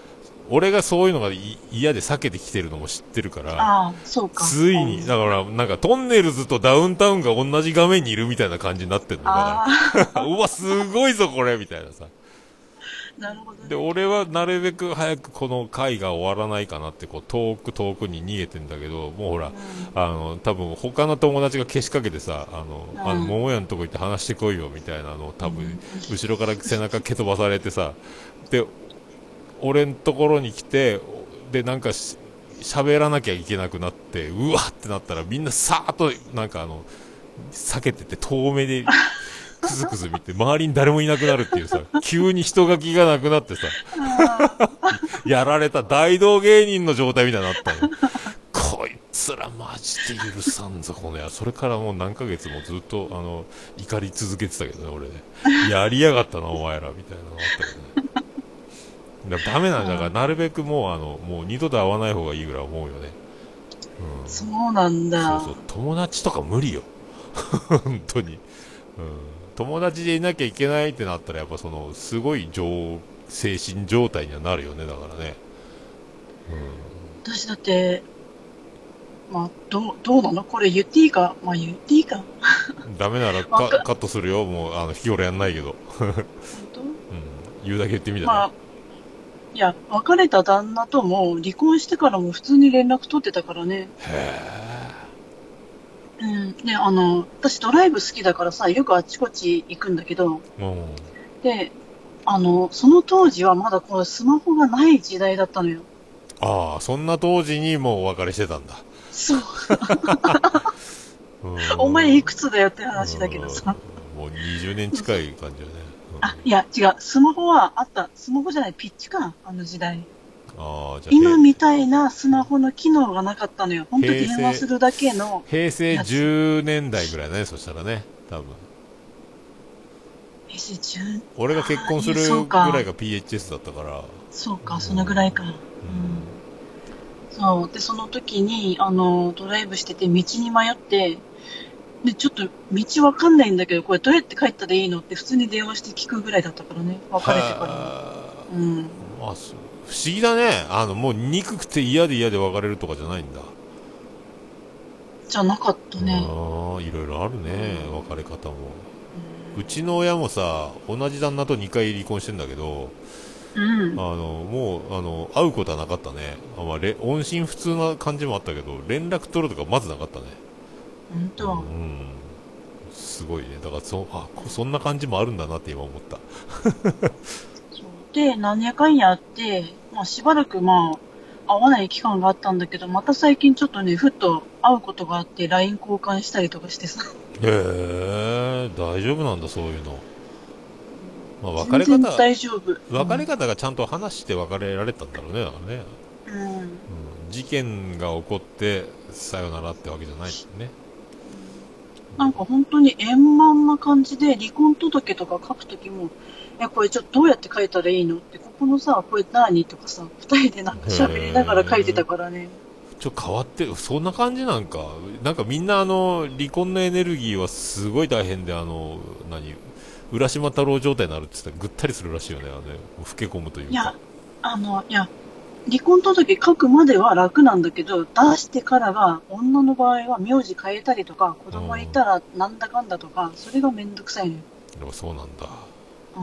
俺がそういうのがい嫌で避けてきてるのも知ってるから、 ああ、そうか。 ついに、だからなんかトンネルズとダウンタウンが同じ画面にいるみたいな感じになってるのだあから、うわ、すごいぞこれみたいなさ。 あ、なるほどね。 で、俺はなるべく早くこの回が終わらないかなってこう遠く遠くに逃げてんだけど、もうほら、 うん、 あの多分他の友達がけしかけてさ、あの、 うん、 あの桃屋のとこ行って話してこいよみたいなのを多分、 うん、 後ろから背中蹴飛ばされてさ、で俺のところに来て、でなんかし喋らなきゃいけなくなって、うわってなったらみんなさーっとなんかあの避けてて遠目でクズクズ見て周りに誰もいなくなるっていうさ、急に人垣がなくなってさ、やられた大道芸人の状態みたいになったの。こいつらマジで許さんぞこのや。それからもう何ヶ月もずっとあの怒り続けてたけどね、俺ね。やりやがったなお前らみたいなのがあったけどね。だからダメなんだから、なるべくもうあのもう二度と会わない方がいいぐらい思うよね。うん、 そうなんだ。 そうそう、友達とか無理よ。本当に、うん。友達でいなきゃいけないってなったらやっぱそのすごい精神状態にはなるよね、だからね。 うん、私だって、まあ、どう、どうなのこれ言っていいかまあ言っていいかダメならカカットするよ。もうあの引き俺やんないけど。本当、 うん、言うだけ言ってみたら、 まあ、いや、別れた旦那とも離婚してからも普通に連絡取ってたからね。 へうん。で、あの、私ドライブ好きだからさ、よくあっちこっち行くんだけど、 え、うん、 で、あの、その当時はまだこのスマホがない時代だったのよ。 ああ、そんな当時にもうお別れしてたんだ。 そう。 うん、 お前いくつだよって話だけどさ。 もうにじゅうねん近い感じよね。うん、 あ、いや、違う。スマホはあった。スマホじゃない、ピッチか。あの時代。 ああ、じゃあ今みたいなスマホの機能がなかったのよ。本当に電話するだけの。 平成じゅうねんだいぐらいだね、そしたらね、多分。 平成じゅう、 俺が結婚するぐらいが ピーエイチエス だったから。 そうか、そのぐらいか。うん。そう。で、その時に、あの、ドライブしてて道に迷って、で、ちょっと道わかんないんだけど、これどうやって帰ったらいいのって普通に電話して聞くぐらいだったからね。別れてから。うん。 まあ、不思議だね。あの、もう憎くて嫌で嫌で別れるとかじゃないんだ。 じゃなかったね。 ああ、いろいろあるね、別れ方も。うちの親もさ、同じ旦那とにかい離婚してんだけど、 うん、 あのもうあの会うことはなかったね。あ、まあ、音信不通な感じもあったけど、連絡取るとかまずなかったね。 本当、 うん、すごいね。だからそあそんな感じもあるんだなって今思った。 そうで、なんやかんやあって、まあ、しばらくまあ会わない期間があったんだけど、また最近ちょっとね、ふっと会うことがあって ライン 交換したりとかしてさ。 へえ、大丈夫なんだそういうの。まあ、別れ全然方大丈夫。 別れ方がちゃんと話して別れられたんだろうね、だからね。 うん。うん、 事件が起こってさよならってわけじゃないね。 なんか本当に円満な感じで離婚届とか書くときも、え、これちょっとどうやって書いたらいいのって、ここのさ、これ何とかさ、二人でなんか喋りながら書いてたからね。 ちょっと変わってる、そんな感じなんか。なんかみんなあの離婚のエネルギーはすごい大変で、あの何浦島太郎状態になるって言ったらぐったりするらしいよね、あのね、老け込むというか。 いや、あの、いや、離婚届書くまでは楽なんだけど、出してからが、女の場合は名字変えたりとか、子供いたらなんだかんだとか、それがめんどくさいのよ。 でもそうなんだ。 うん。 う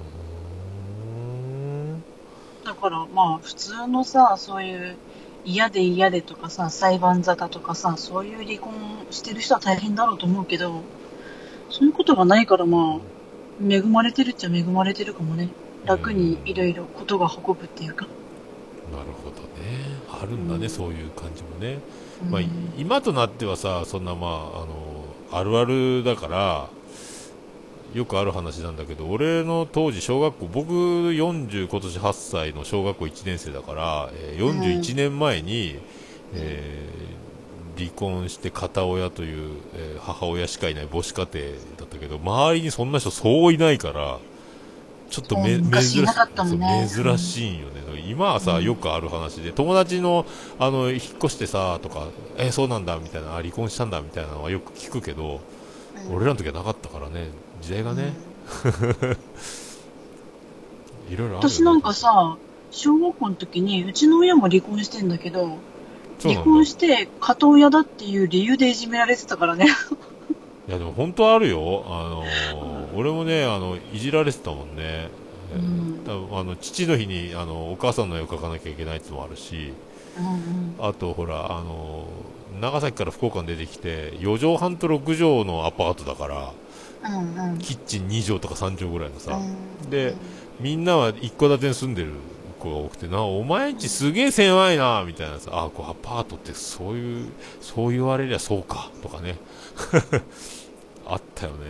ーん。 だからまあ、普通のさ、そういう嫌で嫌でとかさ、裁判沙汰とかさ、そういう離婚してる人は大変だろうと思うけど、そういうことがないからまあ、恵まれてるっちゃ恵まれてるかもね。楽にいろいろことが運ぶっていうか。 なるほどね。あるんだね、うん、そういう感じもね。 うん、 まあ、今となってはさ、そんなまあ、あの、あるあるだから、よくある話なんだけど、俺の当時小学校、僕よんじゅう今年はっさいの小学校いちねん生だから、えー、よんじゅういちねんまえに、うん、えー、離婚して片親という、えー、母親しかいない母子家庭だったけど、周りにそんな人そういないから、ちょっとめ珍しい、ね、珍しいんよね、うん、今はさ、うん、よくある話で、友達のあの引っ越してさとか、えー、そうなんだみたいな、離婚したんだみたいなのはよく聞くけど、うん、俺らの時はなかったからね、時代がね、うん、いろいろあるよね。 私なんかさ、 小学校の時に、うちの親も離婚してんだけど、離そうなんだ。 婚して片親だっていう理由でいじめられてたからね。 いやでも本当あるよ。あのー、俺もね、あの、いじられてたもんね。えうん。 ー、多分あの、父の日に、あの、お母さんの絵を描かなきゃいけないってのもあるし、 うんうん。 あとほら、あのー、長崎から福岡に出てきて、よじょうはんとろくじょうのアパートだから、 うんうん。 キッチンにじょうとかさんじょうぐらいのさ。 うん。 で、みんなは一戸建てに住んでる子が多くてな、お前んちすげえ狭いな、みたいなさ、あ、こうアパートってそういう、そう言われりゃそうか、とかね。あったよね。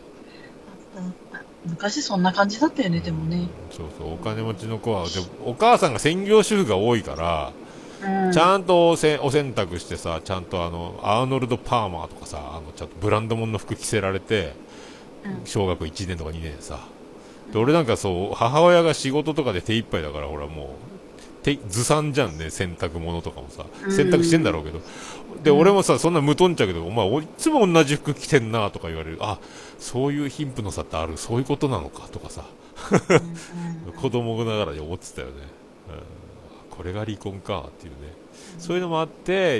昔そんな感じだったよね、 うん、 でもね。 そうそう、お金持ちの子は、でお母さんが専業主婦が多いから、 うん。 ちゃんとおせお洗濯してさ、ちゃんとあの、アーノルド・パーマーとかさ、あの、ちゃんとブランド物の服着せられて、 うん。 小学いちねんとかにねんさ。で、俺うん。 なんかそう、母親が仕事とかで手一杯だから、ほらもう、手、ずさんじゃんね、洗濯物とかもさ。 う洗濯してんだん。 ろうけど。で、 うん。 俺もさ、そんな無頓着で、お前、いつも同じ服着てんなとか言われる。あ、そういう貧富の差ってある、そういうことなのかとかさ。 うん。 子供ながらに思ってたよね。うん、これが離婚かっていうね。そういうのもあって、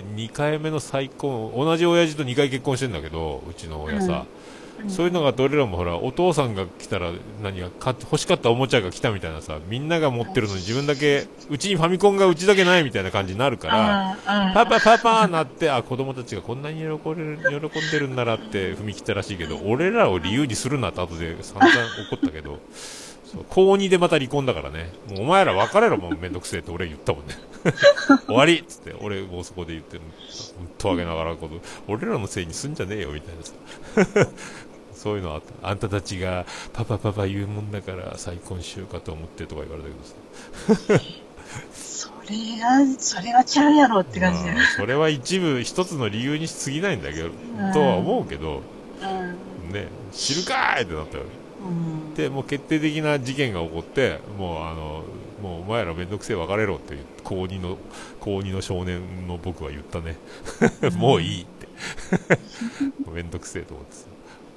にかいめの再婚、同じ親父とにかい結婚してんだけど、うちの親さ。 うん。うん。 そういうのがあって、俺らもほら、お父さんが来たら、何が、か欲しかったおもちゃが来たみたいなさ、みんなが持ってるのに自分だけ、うちにファミコンがうちだけないみたいな感じになるから、 ああ、 パパパパなって、あ、子供たちがこんなに喜んでる、喜んでるんならって踏み切ったらしいけど、俺らを理由にするなって後で散々怒ったけど、そう高にでまた離婚だからね。もうお前ら別れろ、もうめんどくせえって俺言ったもんね。終わりっつって、俺もうそこで言ってる。ほんとあげながらこと、俺らのせいにすんじゃねえよ、みたいなさ。そういうのあった。あんたたちがパパパパ言うもんだから再婚しようかと思ってとか言われたけどさ。 それが、それはちゃうやろって感じだよ。 まあ、それは一部一つの理由にしすぎないんだけど、とは思うけど、 うん。 ね、知るかーいってなったよ。 うん。 で、もう決定的な事件が起こって、もうあの、もうお前らめんどくせえ別れろっていう、高にの、高にの少年の僕は言ったね。 うもういいん。 って。めんどくせえと思ってさ。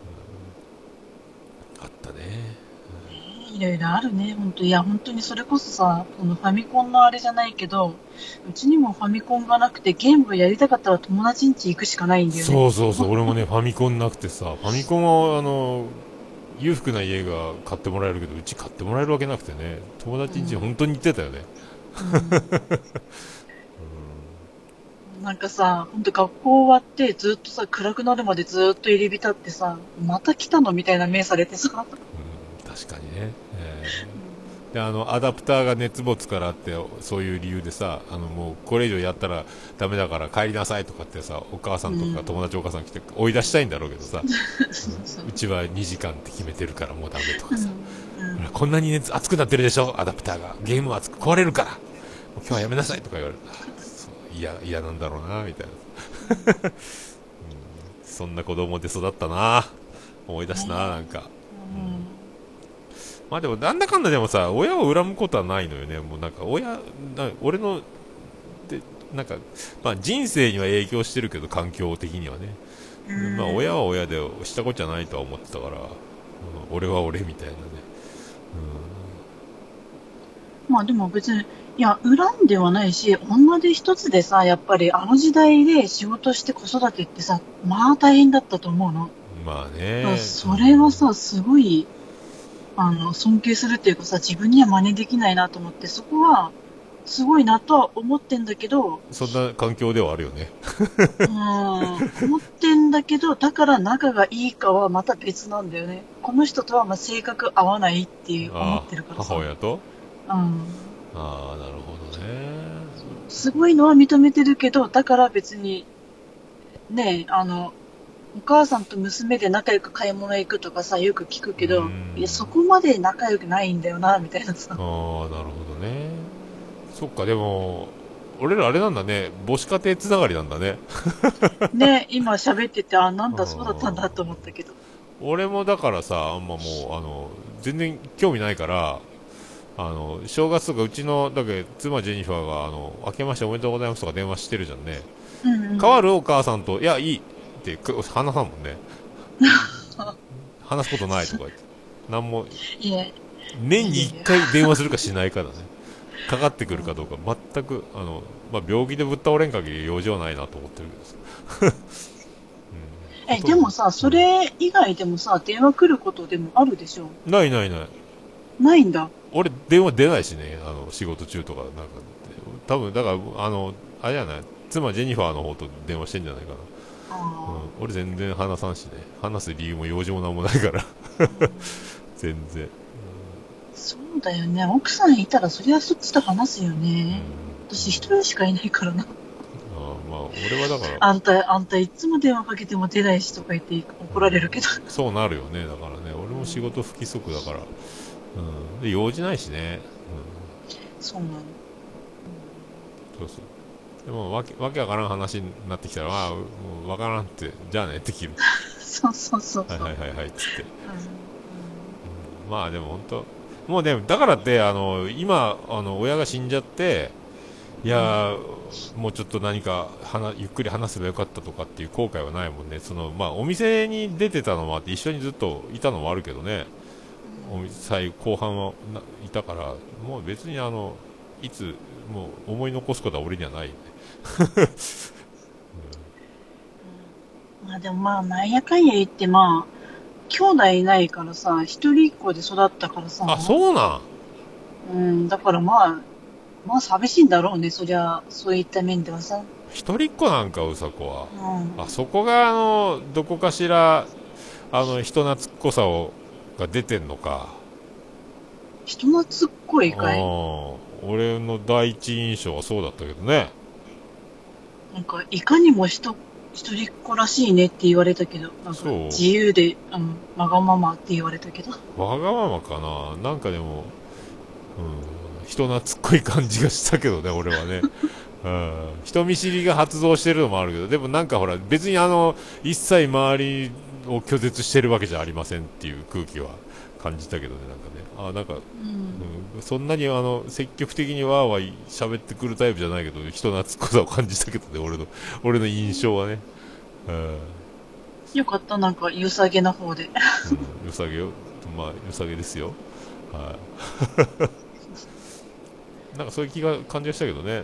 あったね。 いろいろあるね、本当いや、本当にそれこそさ、このファミコンのあれじゃないけど、うちにもファミコンがなくて、ゲームやりたかったら友達ん家行くしかないんだよね。 そうそうそう、俺もね、ファミコンなくてさ、ファミコンはあの、裕福な家が買ってもらえるけど、うち買ってもらえるわけなくてね、友達ん家本当に行ってたよね。 うん。なんかさ、ほんと学校終わってずっとさ、暗くなるまでずっと入り浸ってさ、また来たのみたいな目されてさ。 うん、確かにね。えー、で、あの、アダプターが熱持つからって、そういう理由でさ、あの、もうこれ以上やったらダメだから帰りなさいとかってさ、お母さんとかうん。 友達お母さん来て追い出したいんだろうけどさ、 そうそう。 うちはにじかんって決めてるからもうダメとかさ、 うん。うん。 こんなに熱熱くなってるでしょアダプターが。ゲームは熱く壊れるから。もう今日はやめなさいとか言われる。嫌、嫌なんだろうな、みたいな。そんな子供で育ったな。思い出すな、 ねなんか。 え。うん。 まあでも、なんだかんだでもさ、親を恨むことはないのよね。もうなんか、親、な俺の、で、なんか、まあ人生には影響してるけど、環境的にはね。 うまあ親ん。 は親で、したことじゃないとは思ってたから、うん、俺は俺みたいなね。 まあでも別に、いや、恨んではないし、女手一つでさ、やっぱりあの時代で仕事して子育てってさ、まあ大変だったと思うの。 うん、まあだからね、うそれはん。 さ、すごい、あの、尊敬するっていうかさ、自分には真似できないなと思って、そこは、すごいなとは思ってんだけど、 そんな環境ではあるよね。 うーん、思ってんだけど、だから仲がいいかはまた別なんだよね。この人とはまあ性格合わないっていう思っああ、 てるからさ。 母親と。 うん。 ああ、なるほどね。 すごいのは認めてるけど、だから別に、ねえ、あの、お母さんと娘で仲良く買い物行くとかさ、よく聞くうーけど、いや、そん。 こまで仲良くないんだよな、みたいなさ。 ああ、なるほどね。そっか、でも、俺らあれなんだね。母子家庭つながりなんだね。 ね、今喋ってて、あ、なんあだ、そうだったんだとー、 思ったけど。 俺もだからさ、あんまもう、あの、全然興味ないから、あの、正月とかうちの、だけど妻ジェニファーが、あの、明けましておめでとうございますとか電話してるじゃんね。 うんうん。 変わるお母さんと、いや、いいってく話さんもんね。話すことないとか言って。なんも、 いえ、 年に一いやいや。 回電話するかしないかだね。 かかってくるかどうか全くあの、まあ、病気でぶっ倒れん限り用事はないなと思ってるけどさ、うん、 え、でもさ、それ以外でもさ、電話来ることでもあるでしょ？ ないないない。 ないんだ。 俺電話出ないしね、あの仕事中とかなんか多分だからあのあれじゃない、妻ジェニファーの方と電話してんじゃないかな。 あうん、俺全然話さんしね、話す理由も用事もなんもないから全然、うん、 そうだよね。奥さんいたらそりゃそっちと話すよね。 うん、 私一人しかいないからな。 あまあ俺はだからあんた、あんたいつも電話かけても出ないしとか言って怒られるけど。 うん、そうなるよね。だからね、俺も仕事不規則だから、うん、で用事ないしね、 そうなの。 うん、そうそう。でもわけわけわからん話になってきたら、まあ、もうわからんって、じゃあねって切る。 そうそうそうそう。 はいはいはいはいっつって。 うんうん、まあでも本当、もうね、だからって、あの、今、あの、親が死んじゃって、いやー、もうちょっと何か話ゆっくり話せばよかったとかっていう後悔はないもんね。その、まあ、お店に出てたのもあって、一緒にずっといたのもあるけどね、お店最後半はいたから、もう別にあの、いつ、もう思い残すことは俺にはないよね。 まあでもまあ、なんやかんや言ってまあ、兄弟いないからさ、一人っ子で育ったからさ、 あ、そうなん。 うん、だからまあ、まあ寂しいんだろうね、そりゃ、そういった面ではさ。 一人っ子なんか、うさこは。 うん。 あそこが、あの、どこかしら、あの、人懐っこさを、が出てんのか。 人懐っこいあかい？ あ、俺の第一印象はそうだったけどね。 なんか、いかにも人、一人っ子らしいねって言われたけど、なんか、 そう。 自由で、あの、わがままって言われたけど。 わがままかな。なんかでも、うん、人懐っこい感じがしたけどね、俺はね。うん、人見知りが発動してるのもあるけど、でもなんかほら、別にあの、一切周りを拒絶してるわけじゃありませんっていう空気は感じたけどね、なんかね。あ、なんか、 うん。 うん、そんなにあの、積極的にわーわー喋ってくるタイプじゃないけど、人懐っこさを感じたけどね、俺の、俺の印象はね。うん、 よかった、なんか、良さげな方で。 うん、良さげよ。まあ、良さげですよ。はい。なんかそういう気が、感じがしたけどね。うん、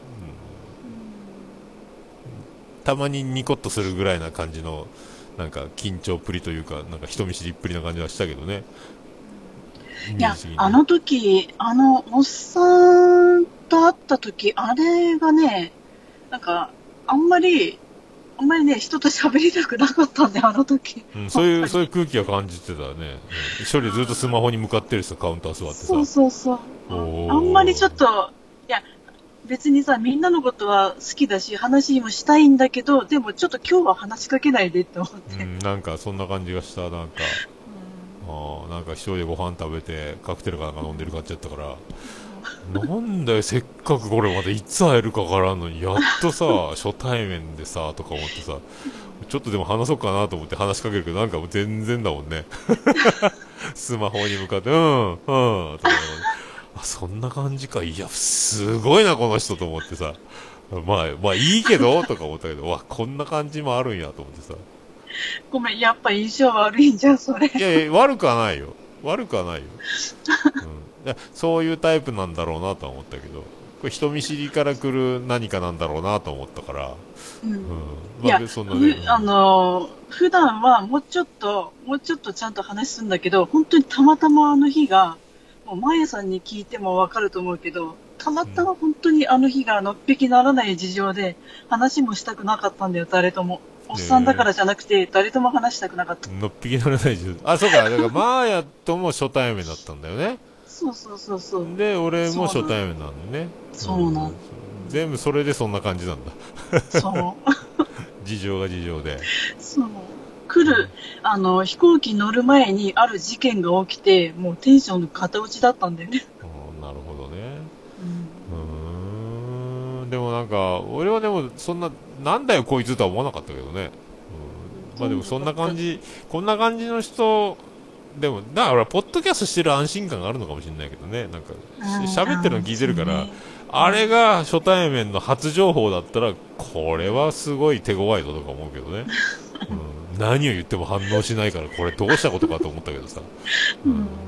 たまにニコッとするぐらいな感じの、なんか緊張っぷりというか、なんか人見知りっぷりな感じはしたけどね。イいや、 メージ的にね。 あの時、あの、おっさんと会った時、あれがね、なんか、あんまり、あんまりね、人と喋りたくなかったんだよ、あの時。 うん、そういう、 本当に。 そういう空気は感じてたね。うん、一人でずっとスマホに向かってるさ、カウンター座ってさ。 そうそうそう。あんまりちょっおと、いや、別にさ、みんなのことは好きだし、話もしたいんだけど、でもちょっと今日は話しかけないでって思って。 ー、うん、なんかそんな感じがした、なんか。あなんか一人でご飯食べて、カクテルかなんか飲んでる感じだったから。なんだよ、せっかくこれまでいつ会えるかわからんのに、やっとさ、初対面でさ、とか思ってさ、ちょっとでも話そうかなと思って話しかけるけど、なんかもう全然だもんね。スマホに向かって、うん、うん、とか、あ、そんな感じか。いや、すごいな、この人と思ってさ。まあ、まあいいけど、とか思ったけど、わ、こんな感じもあるんやと思ってさ。 ごめん、やっぱ印象悪いんじゃん、それ。 いやいや、悪くはないよ。悪くはないよ。うん、いやそういうタイプなんだろうなとは思ったけど、これ人見知りから来る何かなんだろうなと思ったから、 うん。 うん、 いや、 まあ、そんなね、 ふ、あのー、普段はもうちょっと、もうちょっとちゃんと話するんだけど、本当にたまたまあの日が、もう、まやさんに聞いてもわかると思うけど、たまたま本当にあの日がのっぴきならない事情で、話もしたくなかったんだよ、誰とも。おっうん、 さんだかねらじゃなくて、誰とも話したくなかった。 え、のっぴきならない自分、あ、そうか、だからマーヤとも初対面だったんだよね。 そうそうそうそう。 で、俺もそうなん。 初対面なのね。うん、 そうなん。 全部それでそんな感じなんだ。 そう。 事情が事情で。 そう。来る、あの、飛行機に乗る前にある事件が起きて、もうテンションの片落ちだったんだよね。 うん、なるほどね。 うん。 うーん、でもなんか、俺はでもそんな、なんだよこいつとは思わなかったけどね。うん、まあでもそんな感じ、こんな感じの人、でも、だから俺はポッドキャストしてる安心感があるのかもしれないけどね。なんか、し喋ってるの聞いてるから、あれが初対面の初情報だったら、これはすごい手強いぞとか思うけどね。うん、何を言っても反応しないから、これどうしたことかと思ったけどさ。うん、 うん。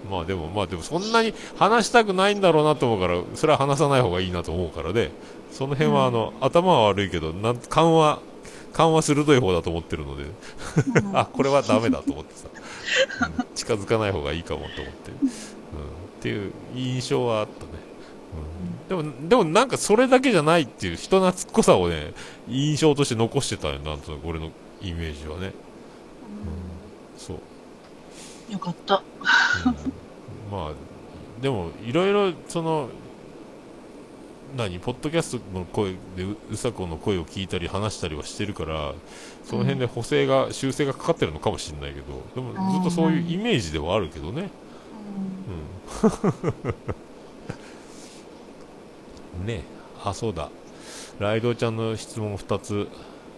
まあでもまあでもそんなに話したくないんだろうなと思うから、それは話さない方がいいなと思うからね。その辺はあの、うん、頭は悪いけどなん緩和緩和鋭い方だと思ってるのであ、これはダメだと思ってさ、うん、近づかない方がいいかもと思って、うん、っていう印象はあったね。うん、でもでもなんかそれだけじゃないっていう人懐っこさをね印象として残してたよ、なんとなく俺のイメージはね。うん、そうよかった、うん、 まあでもいろいろその何ポッドキャストの声でうさこの声を聞いたり話したりはしてるから、その辺で補正が、うん、修正がかかってるのかもしれないけど、でもずっとそういうイメージではあるけどね。うん、うん、ねえ、あ、そうだ、ライドウちゃんの質問ふたつ、うん、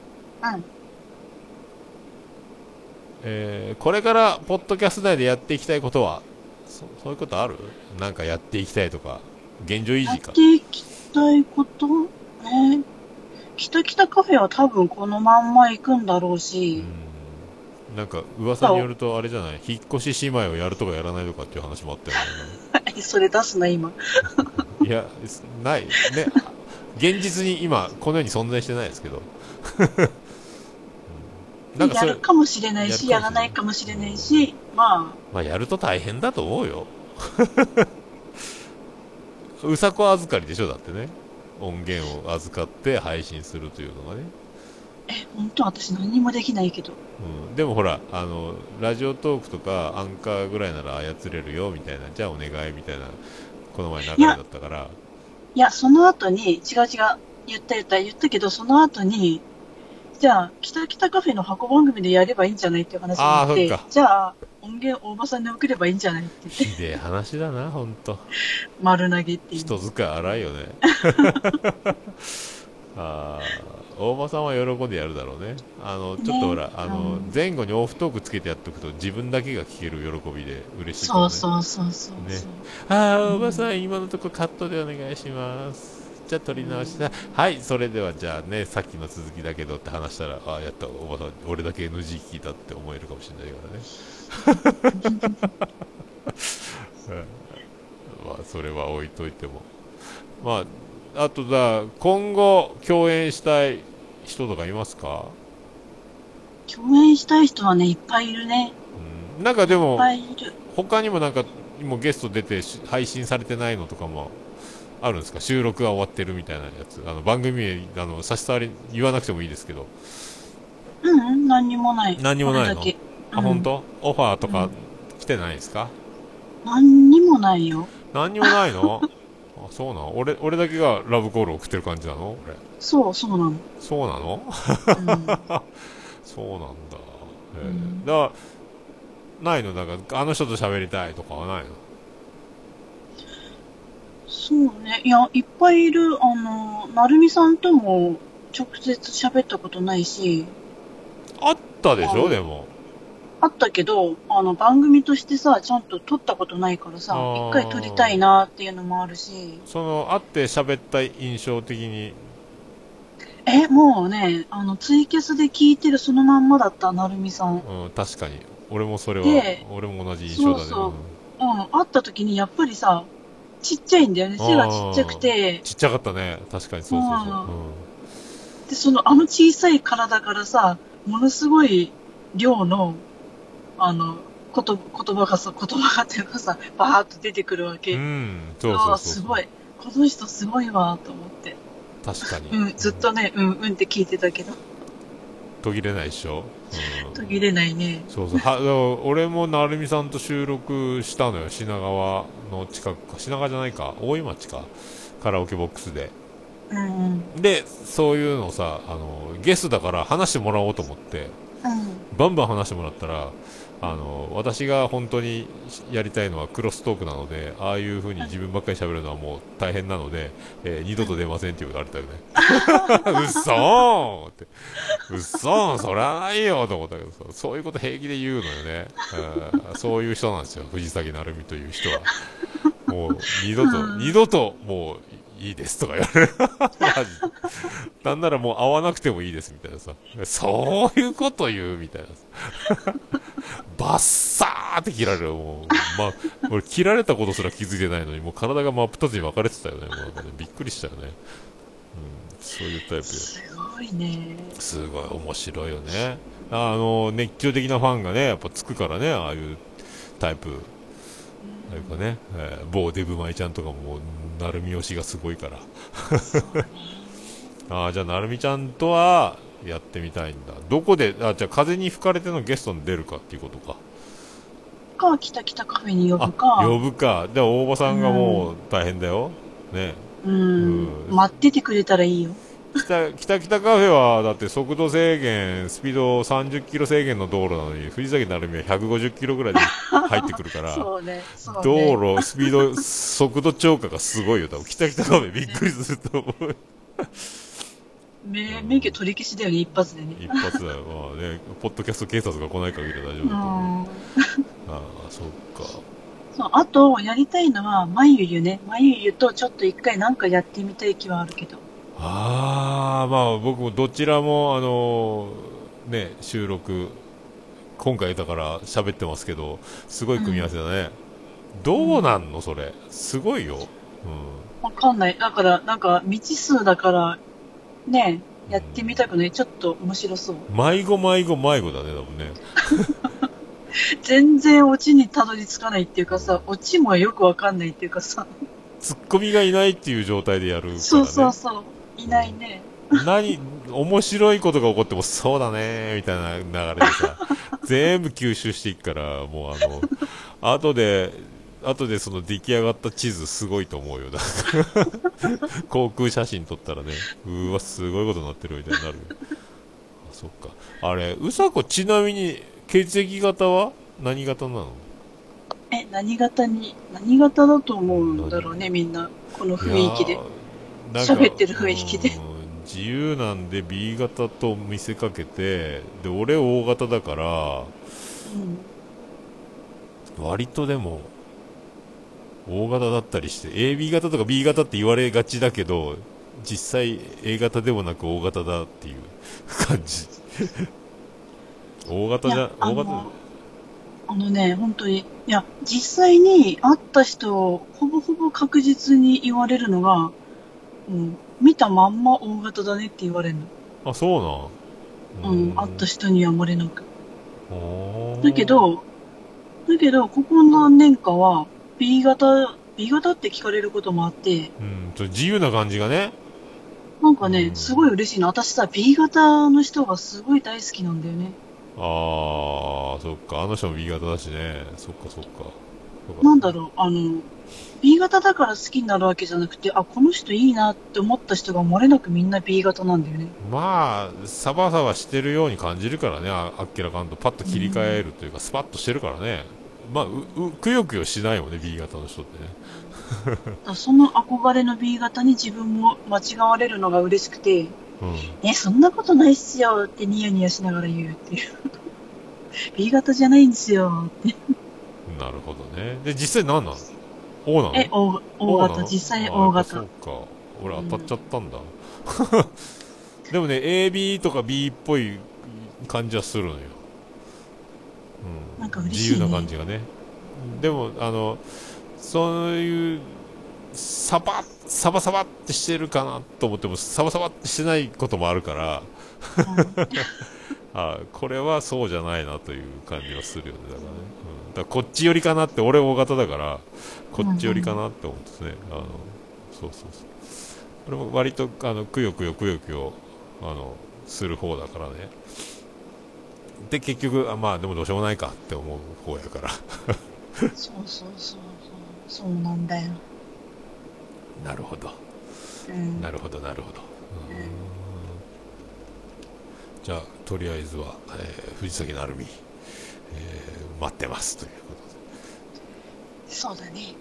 えー、これからポッドキャスト内でやっていきたいことは、そそういうことある？なんかやっていきたいとか、現状維持か。 やっていきたいことね。きたきたカフェは多分このまんま行くんだろうし、 うん、なんか噂によるとあれじゃない、引っ越し姉妹をやるとかやらないとかっていう話もあったよねそれ出すな今いやないね、現実に今このように存在してないですけどなんかやるかもしれないし、やらないかもしれないし、まあまあやると大変だと思うようさこ預かりでしょ、だってね、音源を預かって配信するというのがね。 え、本当私何もできないけど、 うん、でもほらあのラジオトークとかアンカーぐらいなら操れるよみたいな、じゃあお願いみたいなこの前流れだったから。 いやその後に違う違う言った言った言ったけど、その後にじゃあきたきたカフェの箱番組でやればいいんじゃないっていう話になって、じゃあ音源大場さんに送ればいいんじゃないって言って、 ひでえ話だなほんと、 丸投げっていう、 人使い荒いよねあ、大場さんは喜んでやるだろうね。あのちょっとほら、ね、あの、うん、前後にオフトークつけてやっておくと自分だけが聞ける喜びで嬉しいからね。 そうそうそうそうね。ああ、大場さん、うん、今のところカットでお願いします。じゃあ取り直しだ、うん、はい、それではじゃあね、さっきの続きだけどって話したら、ああやった、大場さん俺だけ エヌジー 聞いたって思えるかもしれないからね、うん、まあそれは置いといても、まああとだ、今後共演したい人とかいますか？ 共演したい人はね、いっぱいいるね。 うん、なんかでもいっぱいいる。 他にもなんかもうゲスト出て配信されてないのとかもあるんですか？収録が終わってるみたいなやつ、あの番組名あの差し障り言わなくてもいいですけど。 うん、うん、何にもない。 何にもないの？あ、うん、本当？オファーとか来てないですか？ うん、何にもないよ。 何にもないの？あ、そうなの？俺俺だけがラブコールを送ってる感じなの？俺。 そうそうなの。 そうなの？うん、そうなんだ。えー、うん、だからないの？なんかあの人と喋りたいとかはないの？ そうね。いや、いっぱいいる。あの、なるみさんとも直接喋ったことないし。 あったでしょ、でも。 あったけど、あの、番組としてさ、ちゃんと撮ったことないからさ、一回撮りたいなっていうのもあるし。 その、会って喋った印象的に。 え、もうね、あの、ツイキャスで聞いてるそのまんまだった、なるみさん。 うん、確かに。俺もそれは、俺も同じ印象だね。 そうそう。うん、会った時にやっぱりさ、ちっちゃいんだよね。背がちっちゃくて。 ちっちゃかったね。確かにそうそうそう。うん、 で、その、あの小さい体からさ、ものすごい量の、あの、こと言葉がさ、言葉がっていうかさ、バーッと出てくるわけ。 うん、そうそうそう。 すごい。この人すごいわ、と思って。 確かに。 うん、ずっとね、うん、うんって聞いてたけど。 途切れないでしょ？ うん、途切れないね。 そうそう。は、俺もなるみさんと収録したのよ。品川の近くか。品川じゃないか。大井町か。カラオケボックスで。 うん、 で、そういうのをさ、あの、ゲストだから話してもらおうと思って、 うん、 バンバン話してもらったら、あの、私が本当にやりたいのはクロストークなので、ああいう風に自分ばっかり喋るのはもう大変なので、えー、二度と出ませんって言われたよね。うっそーって。うっそーそりゃないよと思ったけどさ、そういうこと平気で言うのよね。そういう人なんですよ、藤崎鳴海という人は。もう二度と、二度ともう、いいですとか言われる。なんならもう会わなくてもいいですみたいなさ。そういうこと言うみたいなさ。バッサーって切られる。もう、まあ、俺切られたことすら気づいてないのに、もう体が真っ二つに分かれてたよね。もうなんかね、びっくりしたよね。うん、そういうタイプよ。 すごいね。 すごい面白いよね。あの、熱狂的なファンがね、やっぱつくからね、ああいうタイプ。というかね、えー、某デブマイちゃんとかももう、なるみ推しがすごいから。ああ、じゃあ、なるみちゃんとは、やってみたいんだ。どこで、あ、じゃあ、風に吹かれてのゲストに出るかっていうことか。 か、きたきたカフェに呼あ、 ぶか。 呼ぶか。で、大場さんがもう大変だよ。ね。 うん。 うん。 待っててくれたらいいよ。 北、北北カフェは、だって速度制限、スピードさんじゅっキロ制限の道路なのに、藤崎成美はひゃくごじゅっキロぐらいで入ってくるから、 そうね。そうね。 道路、スピード、速度超過がすごいよ。多分、北北カフェびっくりすると思う。 免免許取り消しだよね、一発でね。 一発だよ。まあね、ポッドキャスト警察が来ない限りは大丈夫だとうん。 思う。ああ、そっか。 そう、あと、やりたいのは、まゆゆね。まゆゆとちょっと一回なんかやってみたい気はあるけど。 ああ、まあ僕もどちらも、あのーね、収録、今回だから喋ってますけど、すごい組み合わせだね。どうなんのそれ。すごいよ。 わかんない。だから、なんか、未知数だから、ね、やってみたくない？ちょっと面白そう。 うん。迷子迷子迷子だね、多分ね。 全然オチにたどり着かないっていうかさ、オチもよくわかんないっていうかさ。 ツッコミがいないっていう状態でやるからね。 そうそうそう。いないね。 何、面白いことが起こっても、そうだねみたいな流れでさ、全部吸収していくから、もうあの、後で、後でその出来上がった地図すごいと思うよ。だから航空写真撮ったらね、うーわ、すごいことになってるみたいになるよ。あ、そっか。あれ、うさこちなみに血液型は何型なの？ え、何型に、何型だと思うんだろうね、みんな。この雰囲気で。喋ってる雰囲気で。 自由なんで ビー 型と見せかけて、で、俺 O 型だから、うん、割とでも、O 型だったりして、エービー 型とか ビー 型って言われがちだけど、実際 A 型でもなく O 型だっていう感じ。O 型じゃ、O 型あのね、本当に、いや、実際に会った人、ほぼほぼ確実に言われるのが、うん、見たまんま O 型だねって言われるの。 あ、そうなん。うん、会った人には漏れなく。 だだけど、だけど、ここ何年かは B 型、B 型って聞かれることもあって、 うん、ちょっと自由な感じがね。 なんかね、すごい嬉しいの。私さ、B 型の人がすごい大好きなんだよね。 ああ、そっか。あの人も B 型だしね。そっかそっか。 なんだろう、あの、B 型だから好きになるわけじゃなくて、あ、この人いいなって思った人が漏れなくみんな B 型なんだよね。 まあ、サバサバしてるように感じるからね。ああっけらかんとパッと切り替えるというか、スパッとしてるからね。まあ、う、う、くよくよしないもんね、B 型の人ってね。 だその憧れの B 型に自分も間違われるのが嬉しくて、うん、え、そんなことないっすよってニヤニヤしながら言うっていう。B 型じゃないんですよって。 なるほどね。で、実際何なの？ O なの？ え、O、O 型、実際 O 型。 そうか。俺当たっちゃったんだ。うん、でもね、エービー とか B っぽい感じはするのよ。 うん。なんか嬉しいね。 自由な感じがね。でも、あの、そういう、サバ、サバサバってしてるかなと思っても、サバサバってしてないこともあるから、うんあこれはそうじゃないなという感じはするよね。だからね。うん、だからこっち寄りかなって、俺大型だから、こっち寄りかなって思ってですね。あの、そうそうそう。俺も割と、あの、くよくよくよくよ、あの、する方だからね。で、結局、あまあ、でもどうしようもないかって思う方やから。 そうそうそうそう。そうなんだよ。 なるほど。 うん、 なるほど、なるほど。うんうんじゃあとりあえずは、えー、藤崎鳴海、えー、待ってますということでそうだね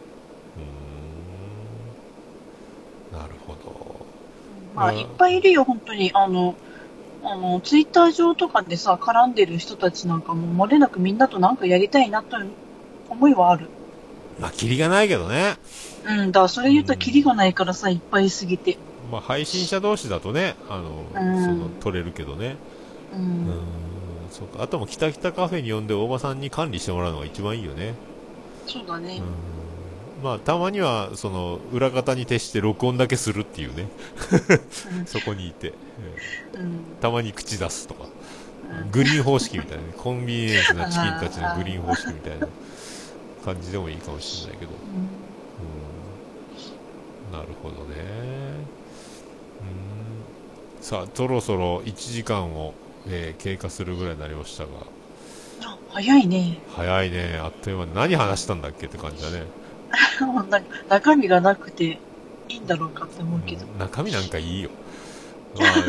うーんなるほどまあいっぱいいるよ本当にあのあのツイッター上とかでさ絡んでる人たちなんかも漏れなくみんなとなんかやりたいなという思いはあるまあキリがないけどねうんだからそれ言うとキリがないからさいっぱいいすぎてまあ配信者同士だとねあの、うん、その取れるけどねうん、うんそうか。あともキタキタカフェに呼んで大場さんに管理してもらうのが一番いいよね。 そうだね。 うん、まあたまにはその裏方に徹して録音だけするっていうね。そこにいて、えーうん。 たまに口出すとか、 うん。 グリーン方式みたいな、ね、コンビニエンスなチキンたちのグリーン方式みたいな感じでもいいかもしれないけど、 うん。 うん、なるほどね。うん、さあそろそろいちじかんを、えー経過するぐらいになりましたが、 あ、早いね。 早いね。あっという間に何話したんだっけって感じだね。 なんか中身がなくていいんだろうかって思うけど。 うん、中身なんかいいよ。まあ、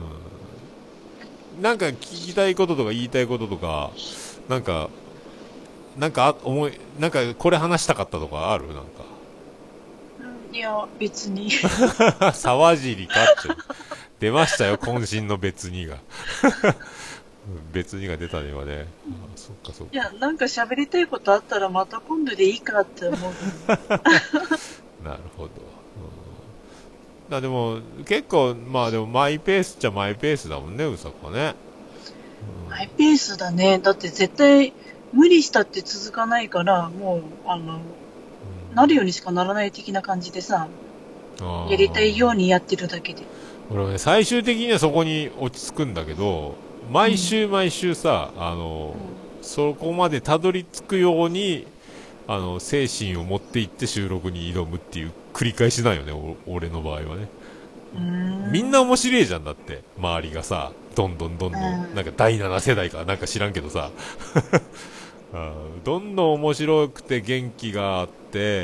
うん、なんか聞きたいこととか言いたいこととか、なんか、なんかあ思い、なんかこれ話したかったとかある？なんか。 うん、いや、別に。 沢尻かって。出ましたよ、渾身の別にが。別にが出たね、今ね。あ、そっかそっか。 いや、なんか喋りたいことあったらまた今度でいいかって思うけど。 なるほど。うん、だでも、結構、まあでもマイペースっちゃマイペースだもんね、うさこはね。 マイペースだね。だって絶対無理したって続かないから、もう、あの、なるようにしかならない的な感じでさ、 うん、あやりたいようあ。 にやってるだけで。 俺はね、最終的にはそこに落ち着くんだけど、 うん。 毎週毎週さ、あの、 うん。 そこまでたどり着くように、あの、精神を持っていって収録に挑むっていう繰り返しなんよね、お俺の場合はね。 うーん。 みんな面白いじゃんだって、周りがさ、どんどんどんどん、 うん。 なんかだいなな世代かなんか知らんけどさ、あどんどん面白くて元気があって、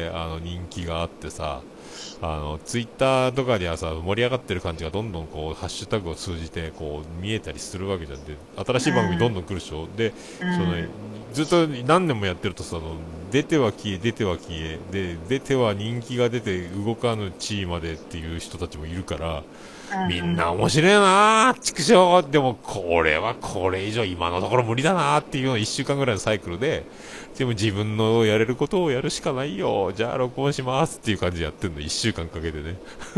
あの人気があってさ、あのツイッターとかではさ盛り上がってる感じがどんどんこうハッシュタグを通じてこう見えたりするわけじゃん。で新しい番組どんどん来るでしょ。でうそのん。 ずっと何年もやってるとさ、あの出ては消え出ては消えで出ては人気が出て動かぬ地位までっていう人たちもいるから、 うん。 みんうん。 な面白いなー畜生、でもこれはこれ以上今のところ無理だなーっていうようないっしゅうかんぐらいのサイクルで、でも自分のやれることをやるしかないよ、じゃあ録音しますっていう感じでやってんの、いっしゅうかんかけてね。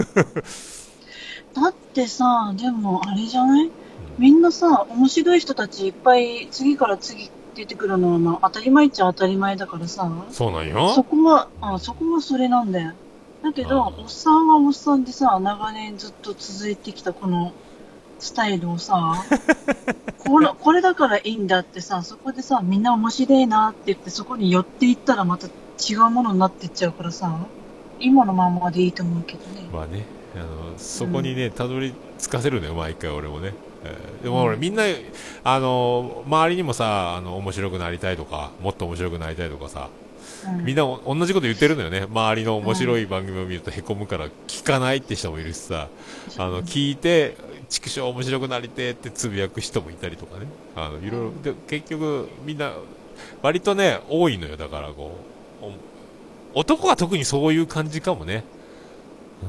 だってさ、でもあれじゃない？みんなさ、面白い人たちいっぱい次から次出てくるのはまあ当たり前っちゃ当たり前だからさ、 そうなんよ。 そこは、あ、そこはそれなんだよ。だけど、おっあさんはおっさんでさ、長年ずっと続いてきたこのスタイルをさ、これ、これだからいいんだってさ、そこでさ、みんな面白いなって言ってそこに寄っていったらまた違うものになってっちゃうからさ、今のままでいいと思うけどね。 まあね、あのそこうん。 にねたどり着かせるのよ毎回俺もね、えーでも俺うん。 みんなあの周りにもさ、あの面白くなりたいとかもっと面白くなりたいとかさ、 うん。 みんなお同じこと言ってるのよね。周りの面白いうん。 番組を見るとへこむから聞かないって人もいるしさ、あのうん。 聞いて畜生面白くなりてってつぶやく人もいたりとかね、あのいろいろで結局みんな割とね多いのよ。だからこうお男は特にそういう感じかもね。うん、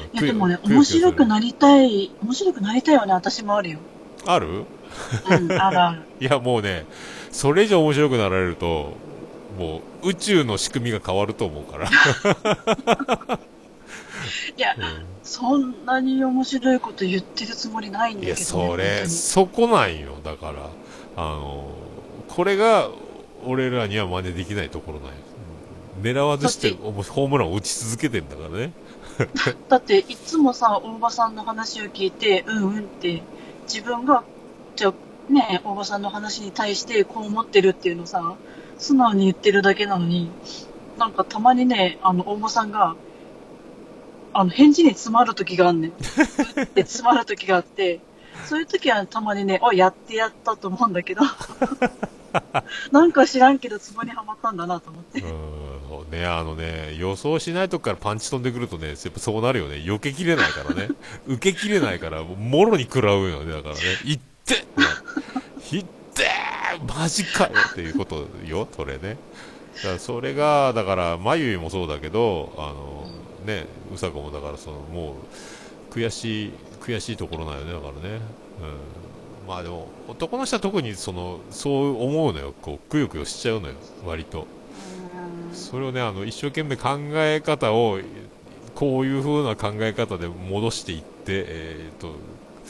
いや、 くよでもね、 くよ面くよする。 白くなりたい、面白くなりたいよね、私もあるよ。 ある？ うん、あるある。 いやもうね、それ以上面白くなられるともう宇宙の仕組みが変わると思うから。 いや、 うん、 そんなに面白いこと言ってるつもりないんいやだけどね、 それ本当に。 そこなんよ。だからあのこれが俺らには真似できないところなんよ。狙わずしてだって、 ホームランを打ち続けてんだからね。 だっていつもさ、大場さんの話を聞いて、うんうんって、自分が、じゃあね、大場さんの話に対してこう思ってるっていうのさ、素直に言ってるだけなのに、なんかたまにね、あの、大場さんが、あの、返事に詰まる時があんねん。うって詰まる時があって、そういう時はたまにね、お、やってやったと思うんだけど、なんか知らんけどツボにはまったんだなと思って。 うーんね、あのね、予想しないとこからパンチ飛んでくるとね、やっぱそうなるよね。避けきれないからね。受けきれないから、もろに食らうよね。だからね、いっていってーマジかよっていうことよ、それね。だからそれが、だから、まゆいもそうだけど、あの、ね、うさこもだから、その、もう、悔しい、悔しいところなんよね、だからね。うん。まあでも、男の人は特に、その、そう思うのよ。こう、くよくよしちゃうのよ、割と。 うーん。 それをね、あの、一生懸命考え方を、こういう風な考え方で戻していって、えーと、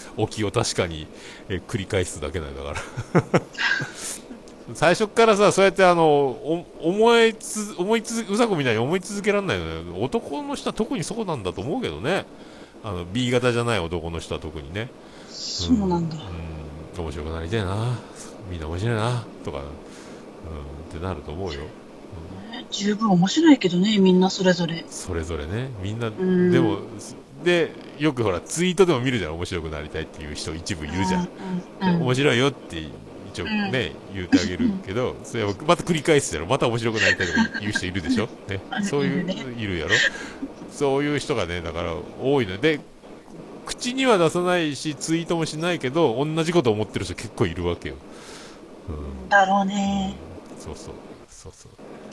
置きを確かに、え繰り返すだけなんだから最初からさ、そうやってあのお思いつ思いつうさこみたいに思い続けられないよね。男の人は特にそうなんだと思うけどね。あの B 型じゃない男の人は特にね。 そうなんだ。 うん、面白くなりたいな、みんな面白いなとか、うん、ってなると思うよ。 ね、十分面白いけどね、みんなそれぞれ。 それぞれね、みんな、 うんでも、で、よくほら、ツイートでも見るじゃん、面白くなりたいっていう人一部いるじゃん。 うんうんうん、 面白いよって一応ね、うん、言ってあげるけど、それはまた繰り返すやろ、また面白くなりたいとか言う人いるでしょ、ね、そういう、いるやろ、そういう人がね、だから多いので、口には出さないし、ツイートもしないけど、同じこと思ってる人結構いるわけよ。 うん、だろうね、 うん。そうそう。そうそう。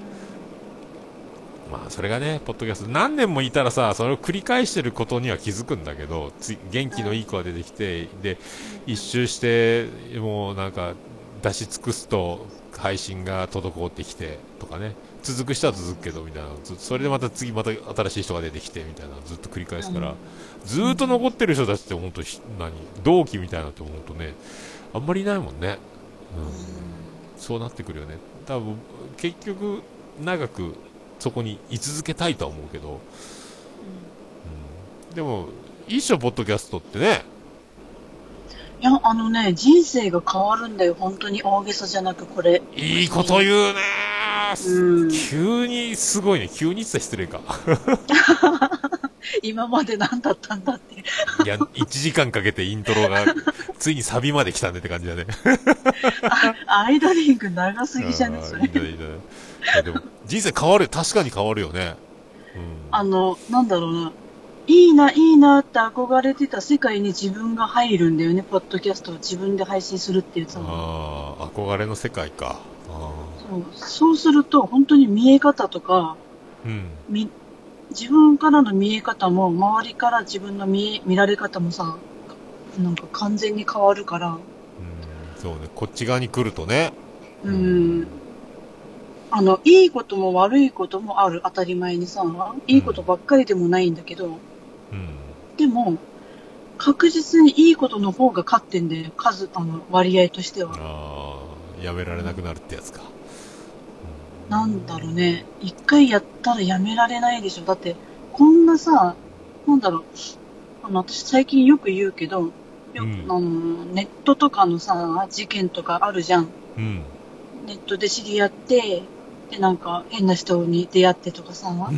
まあ、それがね、ポッドキャスト、何年もいたらさ、それを繰り返してることには気づくんだけど、つ元気のいい子が出てきて、で、一周して、もうなんか、出し尽くすと、配信が滞ってきて、とかね、続く人は続くけど、みたいな、それでまた次、また新しい人が出てきて、みたいな、ずっと繰り返すから、ずーっと残ってる人たちって本当何同期みたいなって本当ねあんまりいないもんね、うん、そうなってくるよね。多分結局長くそこに居続けたいとは思うけど、うんうん、でもいいっしょポッドキャストってね。 いや、あのね、人生が変わるんだよ、本当に大げさじゃなく、これ。 いいこと言うね、 うん、 急にすごいね。急に言ってたら失礼か今まで何だったんだっていや、いちじかんかけてイントロがついにサビまで来たねって感じだねアイドリング長すぎじゃねそれ。いいいいいいでも人生変わる、確かに変わるよね、 うん、あのなんだろうな、いいな、いいなって憧れてた世界に自分が入るんだよね、ポッドキャストを自分で配信するっていうさ。 ああ、憧れの世界か。あそう、そうすると、本当に見え方とか、うん、み自分からの見え方も、周りから自分の見え、見られ方もさ、なんか完全に変わるから。うん、 そうね、こっち側に来るとね。 うん。あの、いいことも悪いこともある、当たり前にさ、いいことばっかりでもないんだけど、うん、でも、確実にいいことの方が勝ってんだよ、数、あの、割合としては。 ああ、やめられなくなるってやつか。 うん、なんだろうね、一回やったらやめられないでしょ。だって、こんなさ、なんだろう、あの、私最近よく言うけど、よ、うん、あの、ネットとかのさ、事件とかあるじゃん。うん、ネットで知り合って、で、なんか変な人に出会ってとかさ、うん、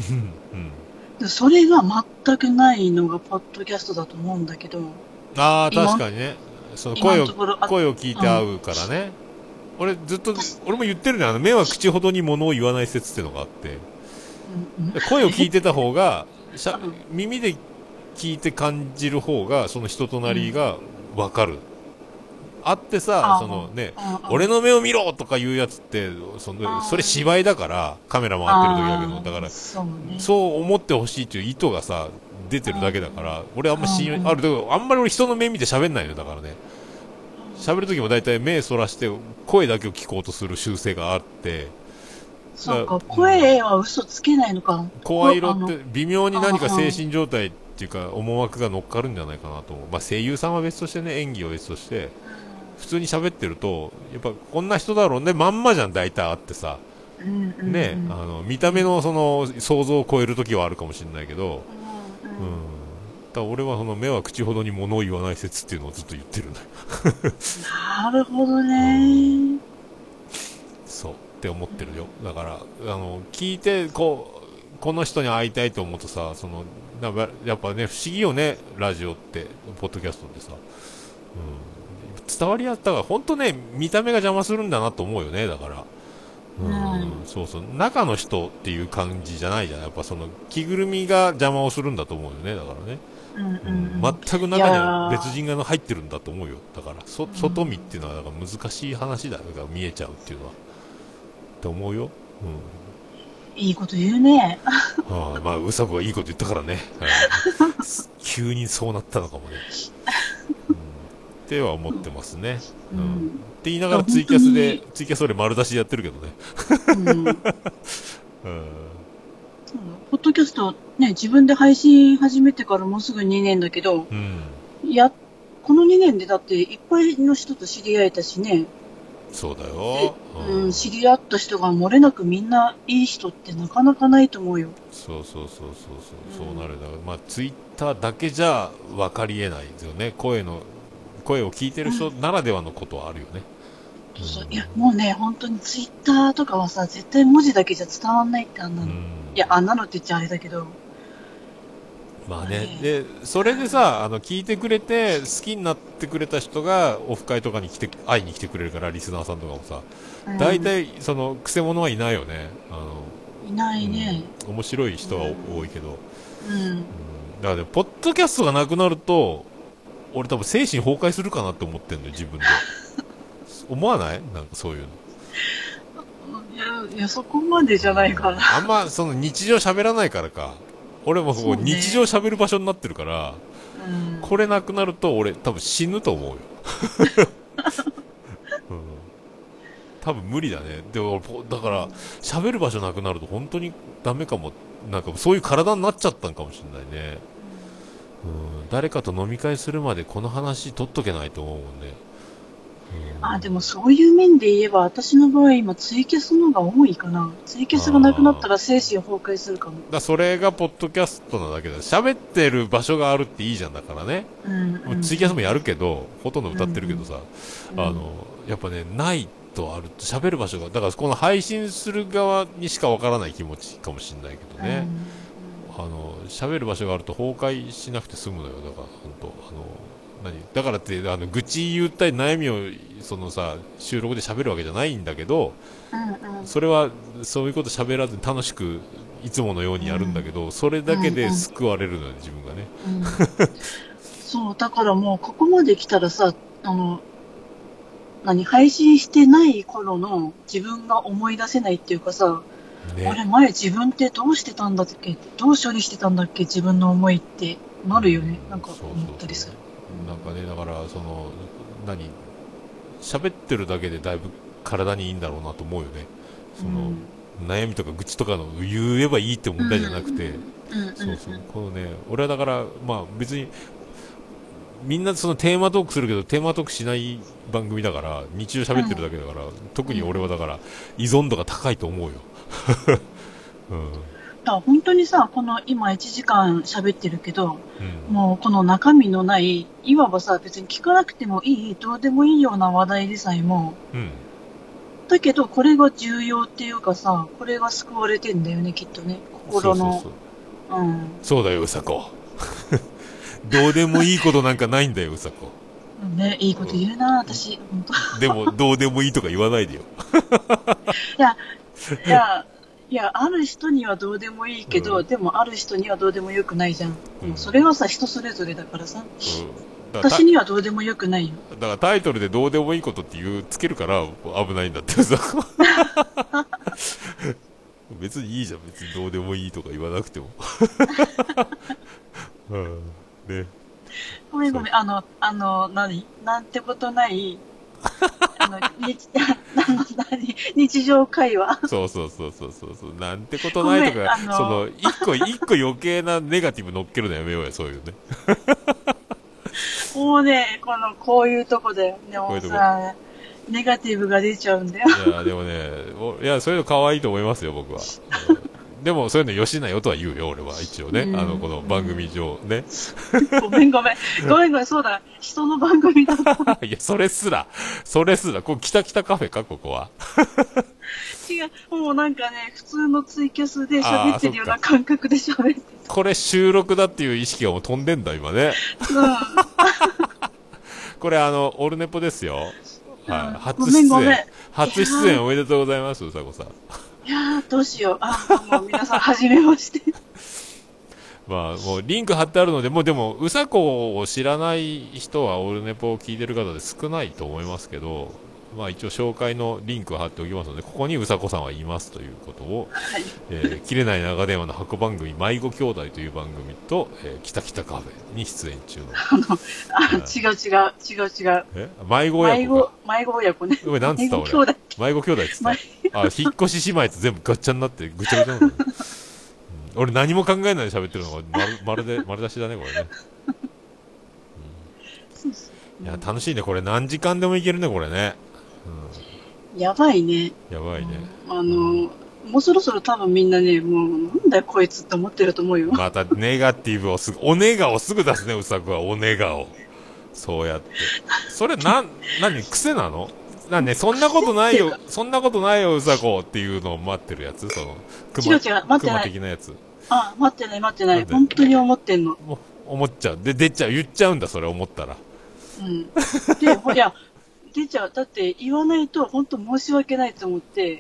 それが全くないのがポッドキャストだと思うんだけど。 ああ、確かにね。その声を声を聞いて会うからね。うん、俺ずっと俺も言ってるね、あの目は口ほどに物を言わない説っていうのがあって、うんうん、声を聞いてた方がしゃ耳で聞いて感じる方がその人となりが分かる。あってさ、そのね、俺の目を見ろとかいうやつって、そのそれ芝居だから、カメラ回ってる時だけど、だからそう、ね、そう思ってほしいという意図がさ出てるだけだから、俺あんま信用ある、だからあんまり俺人の目見て喋んないのだからね。喋る時もだいたい目そらして声だけを聞こうとする習性があって、 そうか、声は嘘つけないのか。 声色って微妙に何か精神状態っていうか思惑が乗っかるんじゃないかなと思う。まあ声優さんは別としてね、演技は別として。普通に喋ってるとやっぱこんな人だろうね、まんまじゃん大体あってさ、うんうんうん、ね、あの見た目のその想像を超える時はあるかもしれないけど、うんうん、だから俺はその目は口ほどに物を言わない説っていうのをずっと言ってるんだなるほどね、うん、 そうって思ってるよ。だからあの聞いてこうこの人に会いたいと思うとさ、そのやっぱね不思議よね、ラジオってポッドキャストってさ、うん伝わり合ったから本当ね、見た目が邪魔するんだなと思うよね。だから、うん、うん、そうそう、中の人っていう感じじゃないじゃん。やっぱその着ぐるみが邪魔をするんだと思うよね。だからね、うんうんうん、全く中には別人が入ってるんだと思うよ。だからそ外見っていうのはだから難しい話だから見えちゃうっていうのはって思うよ。 うん、いいこと言うね。 ああ、まあうさこがいいこと言ったからね。急にそうなったのかもね。っては思ってますね、うんうん、って言いながらツイキャスでツイキャス俺丸出しでやってるけどね、うんうん、 ポッドキャストね、自分で配信始めてからもうすぐにねんだけど、うん、やこのにねんでだっていっぱいの人と知り合えたしね。 そうだで、 よ、ううん、 ん、 知り合った人が漏れなくみんないい人ってなかなかないと思うよ。 そうそうそうそうそう、そうなうん。 るだから、まあツイッターだけじゃ分かりえないですよね。声の声を聞いてるうん。 人ならではのことはあるよね。 そうそう。いや、もうね、本当にツイッターとかはさ、絶対文字だけじゃ伝わんないってあんなうん、うの。 ん、 いや、あんなのって言っちゃあれだけど。 まあね、 まあね。 でそれでさ、あの聞いてくれて好きになってくれた人がオフ会とかに来て会いに来てくれるから、リスナーさんとかもさ、 う大ん。 体そのクセ者はいないよね。あの、 いなういね。 ん、面白い人は多いけど、 うん。うん。 うん、だからね、ポッドキャストがなくなると俺多分精神崩壊するかなって思ってんのよ、自分で。思わない？なんかそういうの。 いや、いや、そこまでじゃないから。 あんまその日常喋らないからか。俺もこうそう日常ね。 喋る場所になってるから、 うん。 これなくなると俺多分死ぬと思うよ。うん、多分無理だね。でもだから喋る場所なくなると本当にダメかも。なんかそういう体になっちゃったんかもしれないね。うん、誰かと飲み会するまでこの話取っとけないと思うもんね。 あ、でもそういう面で言えば、私の場合今ツイキャスの方が多いかな。ツイキャスがなくなったああ、 ら精神崩壊するかも。 だそれがポッドキャストなだけだ。喋ってる場所があるっていいじゃんだからね。 うんうんもうツイキャスもやるけど、ほとんどうん。 歌ってるけどさ、 うんうん。 あの、やっぱね、ないとあると喋る場所が、だからこの配信する側にしかわからない気持ちかもしれないけどうんうん。 ね。あの、喋る場所があると崩壊しなくて済むのよ。だから、本当あの、何だからって、あの、愚痴言ったり悩みを、そのさ、収録で喋るわけじゃないんだけど、 うんうん。 それは、そういうこと喋らずに楽しく、いつものようにやるんだけど、それだけでうんうん救われるのよ、自分がね。 うん。そう、だからもうここまで来たらさ、あの、何、配信してない頃の自分が思い出せないっていうかさ、あね。 れ前自分ってどうしてたんだっけ、どう処理してたんだっけ、自分の思いってなるよね。なんかそうそう思ったりする。 そう。なんかね、だから、その、何、喋ってるだけでだいぶ体にいいんだろうなと思うよね。その、 うん。 悩みとか愚痴とかの言えばいいって問題じゃなくて、 うんうんうん。 そうそう。このね、俺はだから、まあ別に、みんなそのテーマトークするけど、テーマトークしない番組だから、日常喋ってるだけだから、特に俺はだから、依存度が高いと思うよ。うん。 だから本当にさ、この今いちじかん喋ってるけど、 うん。 もうこの中身のない、いわばさ、別に聞かなくてもいい、どうでもいいような話題でさえも、 うん。 だけどこれが重要っていうかさ、これが救われてんだよね、きっとね。心の。 そうそうそう。 うん。 そうだよ、うさこ。どうでもいいことなんかないんだよ、うさこ。 ね、いいこと言うな、私。本当。いでも、どうでもいいとか言わないでよ。 や、いや、いや、ある人にはどうでもいいけど、 うん。 でもある人にはどうでもよくないじゃん。 うん。 もうそれはさ、人それぞれだからさ。 うん。だから私にはどうでもよくないよ。 だからタイトルでどうでもいいことっていうつけるから危ないんだってさ。別にいいじゃん、別にどうでもいいとか言わなくても。うん、ね。そうごめんごめん、あの、あの、何なんてことない、あの、日、あの、何日常会話。 そうそうそうそうそうそう、なんてことごめん、 ないとか、 あの、 その一個一個余計なネガティブ乗っけるのやめようや、そういうね。 もうね、この、こういうとこだよ。でもこういうとこ。 さ、ネガティブが出ちゃうんだよ。 いやでもね、おいやそういうの可愛いと思いますよ、僕は。うん、でもそういうのよしなよとは言うよ、俺は一応ね。 うん、 あのこの番組上ね。 ごめんごめん。ごめんごめん、そうだ。人の番組だった。 いや、それすら、それすら、ここ、きたきたカフェか、ここは。 違う、もうなんかね、普通のツイキャスでああ、 喋ってるようそっか。 な感覚で喋ってこれ収録だっていう意識がもう飛んでんだ、今ね。 た。うん。 これあの、オルネポですよ。はい。 うん、ご初出演。 めんごめん。いや初出演ー、 おめでとうございます、うさこさん。 いやー、どうしよう。あ、もう皆さん、はじめまして。 まあ、もうリンク貼ってあるので、もうでも、うさこを知らない人はオルネポを聞いてる方で少ないと思いますけど、まあ一応紹介のリンクを貼っておきますので、ここにうさこさんはいますということを、 はい。 えー、切れない長電話の箱番組、迷子兄弟という番組と、えー、きたきたカフェに出演中の。 あの、あ、 はい、 違う違う、違う違う。 え迷子親迷子子か。、 迷子親子ね。 ごめん、なんつった俺。 迷子兄弟。 迷子兄弟っつっ迷た。あ、引っ越し姉妹と全部ガッチャになってぐちゃぐちゃなの、ね、うん。俺何も考えないで喋ってるのが丸、まるで、丸出しだね、これね。うん、 そうそう。 いや、楽しいね。これ何時間でもいけるね、これね。 やばいね。 やばいね。 あの、もうそろそろ多分みんなね、もう、なんだよこいつって思ってると思うよ。 また、ネガティブをすぐ、おねがをすぐ出すね、うさこは。おねがを。そうやって。それ、なん、何、癖なのなんね、そんなことないよ、そんなことないよ、うさこっていうのを待ってるやつその、熊、 違う違う、待って熊ない。 的なやつ。 あ、待ってない待ってななん。でい本当に思ってんの。 もう、思っちゃう。で、出ちゃう。言っちゃうんだ、それ思ったら。 うん。で、ほいや、出ちゃう。だって言わないと本当申し訳ないと思って、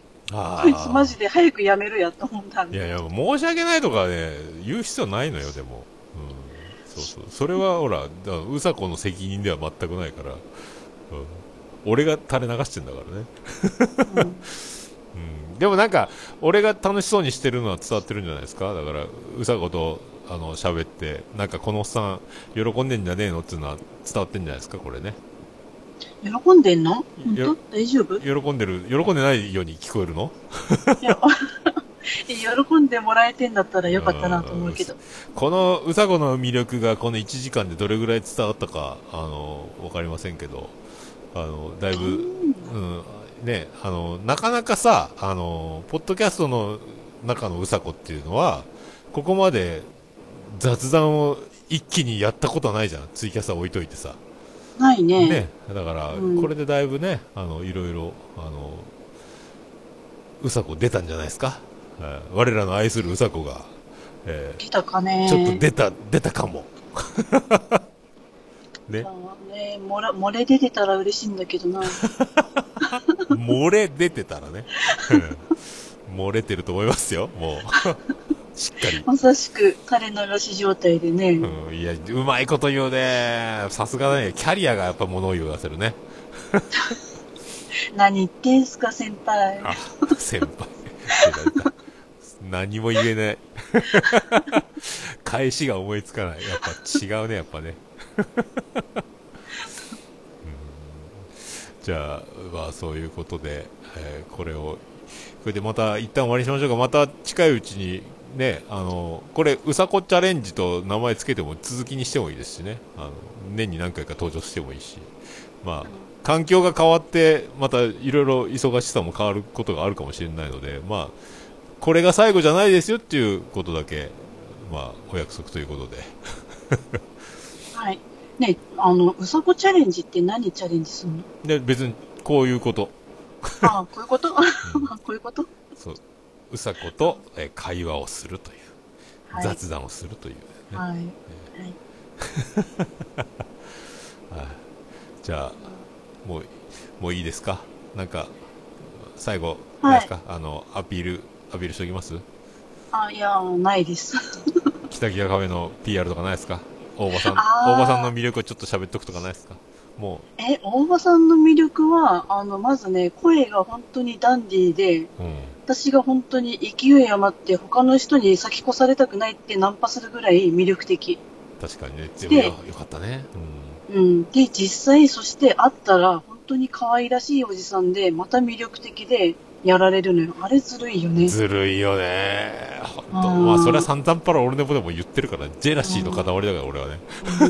こいつマジで早くやめるやと思ったんで。 いやいや、申し訳ないとかね、言う必要ないのよ、でも。うん。そうそう。それは、ほら、うさこの責任では全くないから。うん。俺が垂れ流してんだからね。うんうん、でもなんか、俺が楽しそうにしてるのは伝わってるんじゃないですか。だから、うさこと、あの、喋って、なんかこのおっさん、喜んでんじゃねえのっていうのは伝わってんじゃないですか、これね。 喜んでんの本当大丈夫喜んでる、喜んでないように聞こえるのいや、喜んでもらえてんだったらよかったなと思うけど。 このうさこの魅力がこのいちじかんでどれぐらい伝わったか、あの、わかりませんけど、あの、だいぶ、うん、ね、あの、なかなかさ、あの、ポッドキャストの中のうさこっていうのは、ここまで雑談を一気にやったことはないじゃん。ツイキャスは置いといてさ。 ないね。 ね、だから、 うん、 これでだいぶね、あの、いろいろ、あの、うさこ出たんじゃないですか。えー我らの愛するうさこが、え出たかねー、ちょっと出た、出たかも。ね。 ね漏れ、漏れ出てたら嬉しいんだけどな。 漏れ出てたらね。漏れてると思いますよ、もう。しっかり。 まさしく垂れ流し状態でね。 うん、いや、うまいこと言うね。さすがね、キャリアがやっぱ物を言わせるね。 何言ってんすか、先輩。 あ、先輩。何も言えない。返しが思いつかない。やっぱ違うね、やっぱね。じゃあ、まあそういうことで、えーこれを、これでまた一旦終わりにしましょうか。また近いうちに、ね、あの、これ、うさこチャレンジと名前つけても続きにしてもいいですしね。あの、年に何回か登場してもいいし。まあ、環境が変わって、またいろいろ忙しさも変わることがあるかもしれないので、まあ、これが最後じゃないですよっていうことだけ、まあ、お約束ということで。 はい。ね、あの、うさこチャレンジって何チャレンジするので、別に、こういうこと。 ああ、こういうこと、うん、こういうことそう。うさこと、えー会話をするという、はい、雑談をするという、ね、 はい、はいはい、じゃあもうもういいですか。なんか最後、はい、ですか、あのアピールアピールしておきます。 あ、いやないです北北カフェの ピーアール とかないですか。大場さん大場さんの魅力をちょっと喋っとくとかないですか。もうえ大場さんの魅力はあのまずね、声が本当にダンディーで、うん、私が本当に勢い余って他の人に先越されたくないってナンパするぐらい魅力的。 確かにね、全部よかったね。 うん、うん、で実際そして会ったら本当に可愛らしいおじさんで、また魅力的でやられるのよ。あれずるいよね。 ずるいよね。本当。まあそれは散々パラ俺の子でも言ってるから、ジェラシーの塊だから俺はね。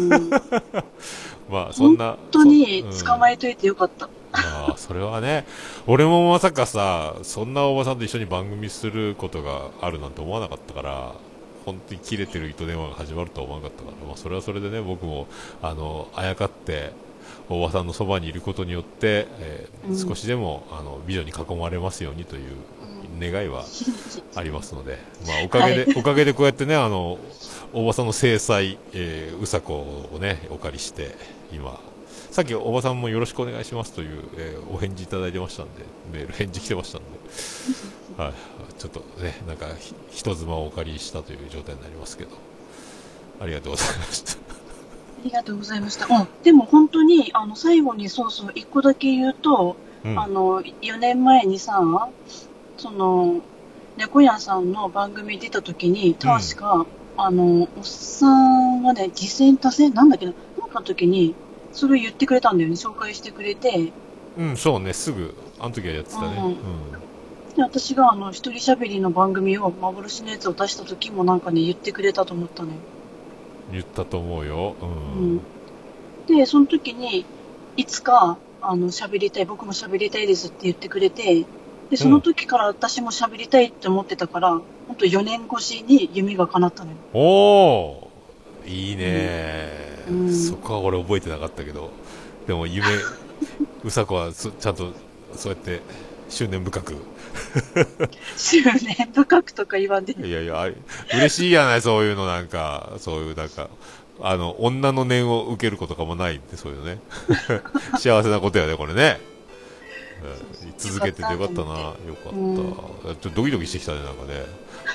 まあそんな。 本当に捕まえといてよかった。うん、 ああ、それはね、俺もまさかさ、そんなおばさんと一緒に番組することがあるなんて思わなかったから、本当に切れてる糸電話が始まるとは思わなかったから、まあそれはそれでね、僕もあのあやかっておばさんのそばにいることによって、えーうん、少しでもあの美女に囲まれますようにという願いはありますので、まあおかげで、はい、おかげでこうやってね、あのおばさんの正妻、えー、うさこをねお借りして今。さっきおばさんもよろしくお願いしますという、えー、お返事いただいてましたんで、メール返事来てましたんで、はい、ちょっとね、なんか人妻をお借りしたという状態になりますけど、ありがとうございました。 ありがとうございました。うん、でも本当にあの最後にそうそう一個だけ言うと、うん、あのよねんまえにさ、その猫屋さんの番組出た時に確か、うん、あのおっさんがね、次戦多戦なんだっけな、なんかの時に。それを言ってくれたんだよね、紹介してくれて。 うん、そうね、すぐあの時はやってたね。うんうん、 で私があの一人喋りの番組を幻のやつを出した時もなんかね言ってくれたと思ったね。 言ったと思うよ。うん。 うん、でその時にいつか、あの、喋りたい、僕も喋りたいですって言ってくれて、で、その時から私も喋りたいって思ってたから、ほんとよねん越しに夢が叶ったのよ。 おー、いいねうん。うー。そん。 こは俺覚えてなかったけど、でも夢、うさこはちゃんとそうやって執念深く。 執念深くとか言わんで。 いやいや、嬉しいやない、そういうのなんか、そういうなんか、あの、女の念を受けることかもないんで、そういうのね。幸せなことやで、これね。 そうそう。 続けててよかったな。よかうん。 った。ちょっとドキドキしてきたね、なんかね。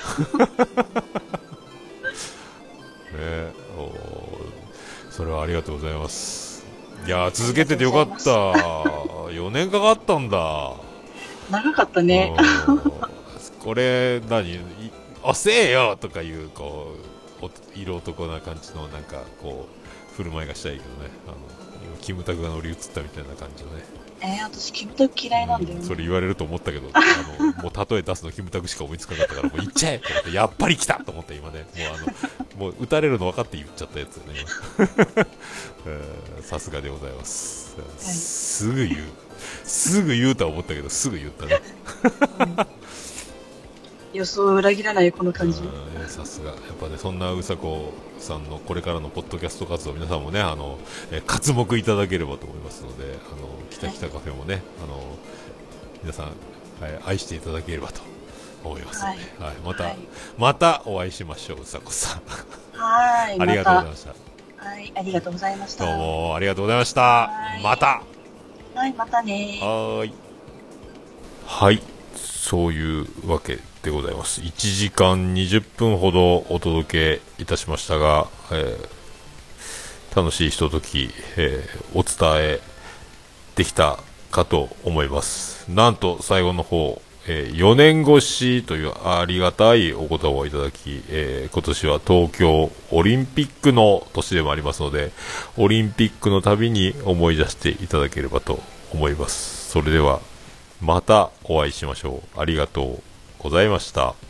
ねおそれはありがとうございます。いやー、続けててよかった。よねんかかったんだ。 長かったね。 うん。これ、何遅えよとかいう、こう、お色男な感じの、なんか、こう、振る舞いがしたいけどね。あの、今、キムタクが乗り移ったみたいな感じのね。 えー、私、キムタク嫌いなんだようん、 ね。 それ言われると思ったけど、あの、もう例え出すのキムタクしか思いつかなかったから、もう言っちゃえと思って、やっぱり来たと思って今ね、もうあの、もう打たれるの分かって言っちゃったやつよね、今。さすがでございます。 はい。 すぐ言う。すぐ言うとは思ったけど、すぐ言ったね。 うん、予想を裏切らないこの感じ。 さすが。やっぱね、そんなうさこさんのこれからのポッドキャスト活動、皆さんもね、あの、え活目いただければと思いますので、あの、きたきたカフェもね、あの、皆さん、はい、愛していただければと思いますので、はい、はい、また、はい、またお会いしましょう、うさこさん。 はい、 ありがとうございました。 はい、ありがとうございました。 どうもありがとうございました。また。 はい、またね。 はーい。はい、そういうわけでございます。いちじかんにじゅっぷんほどお届けいたしましたが、えー、楽しいひととき、えー、お伝えできたかと思います。なんと最後の方、えー、よねん越しというありがたいお言葉をいただき、えー、今年は東京オリンピックの年でもありますので、オリンピックのたびに思い出していただければと思います。それではまたお会いしましょう。ありがとうございました。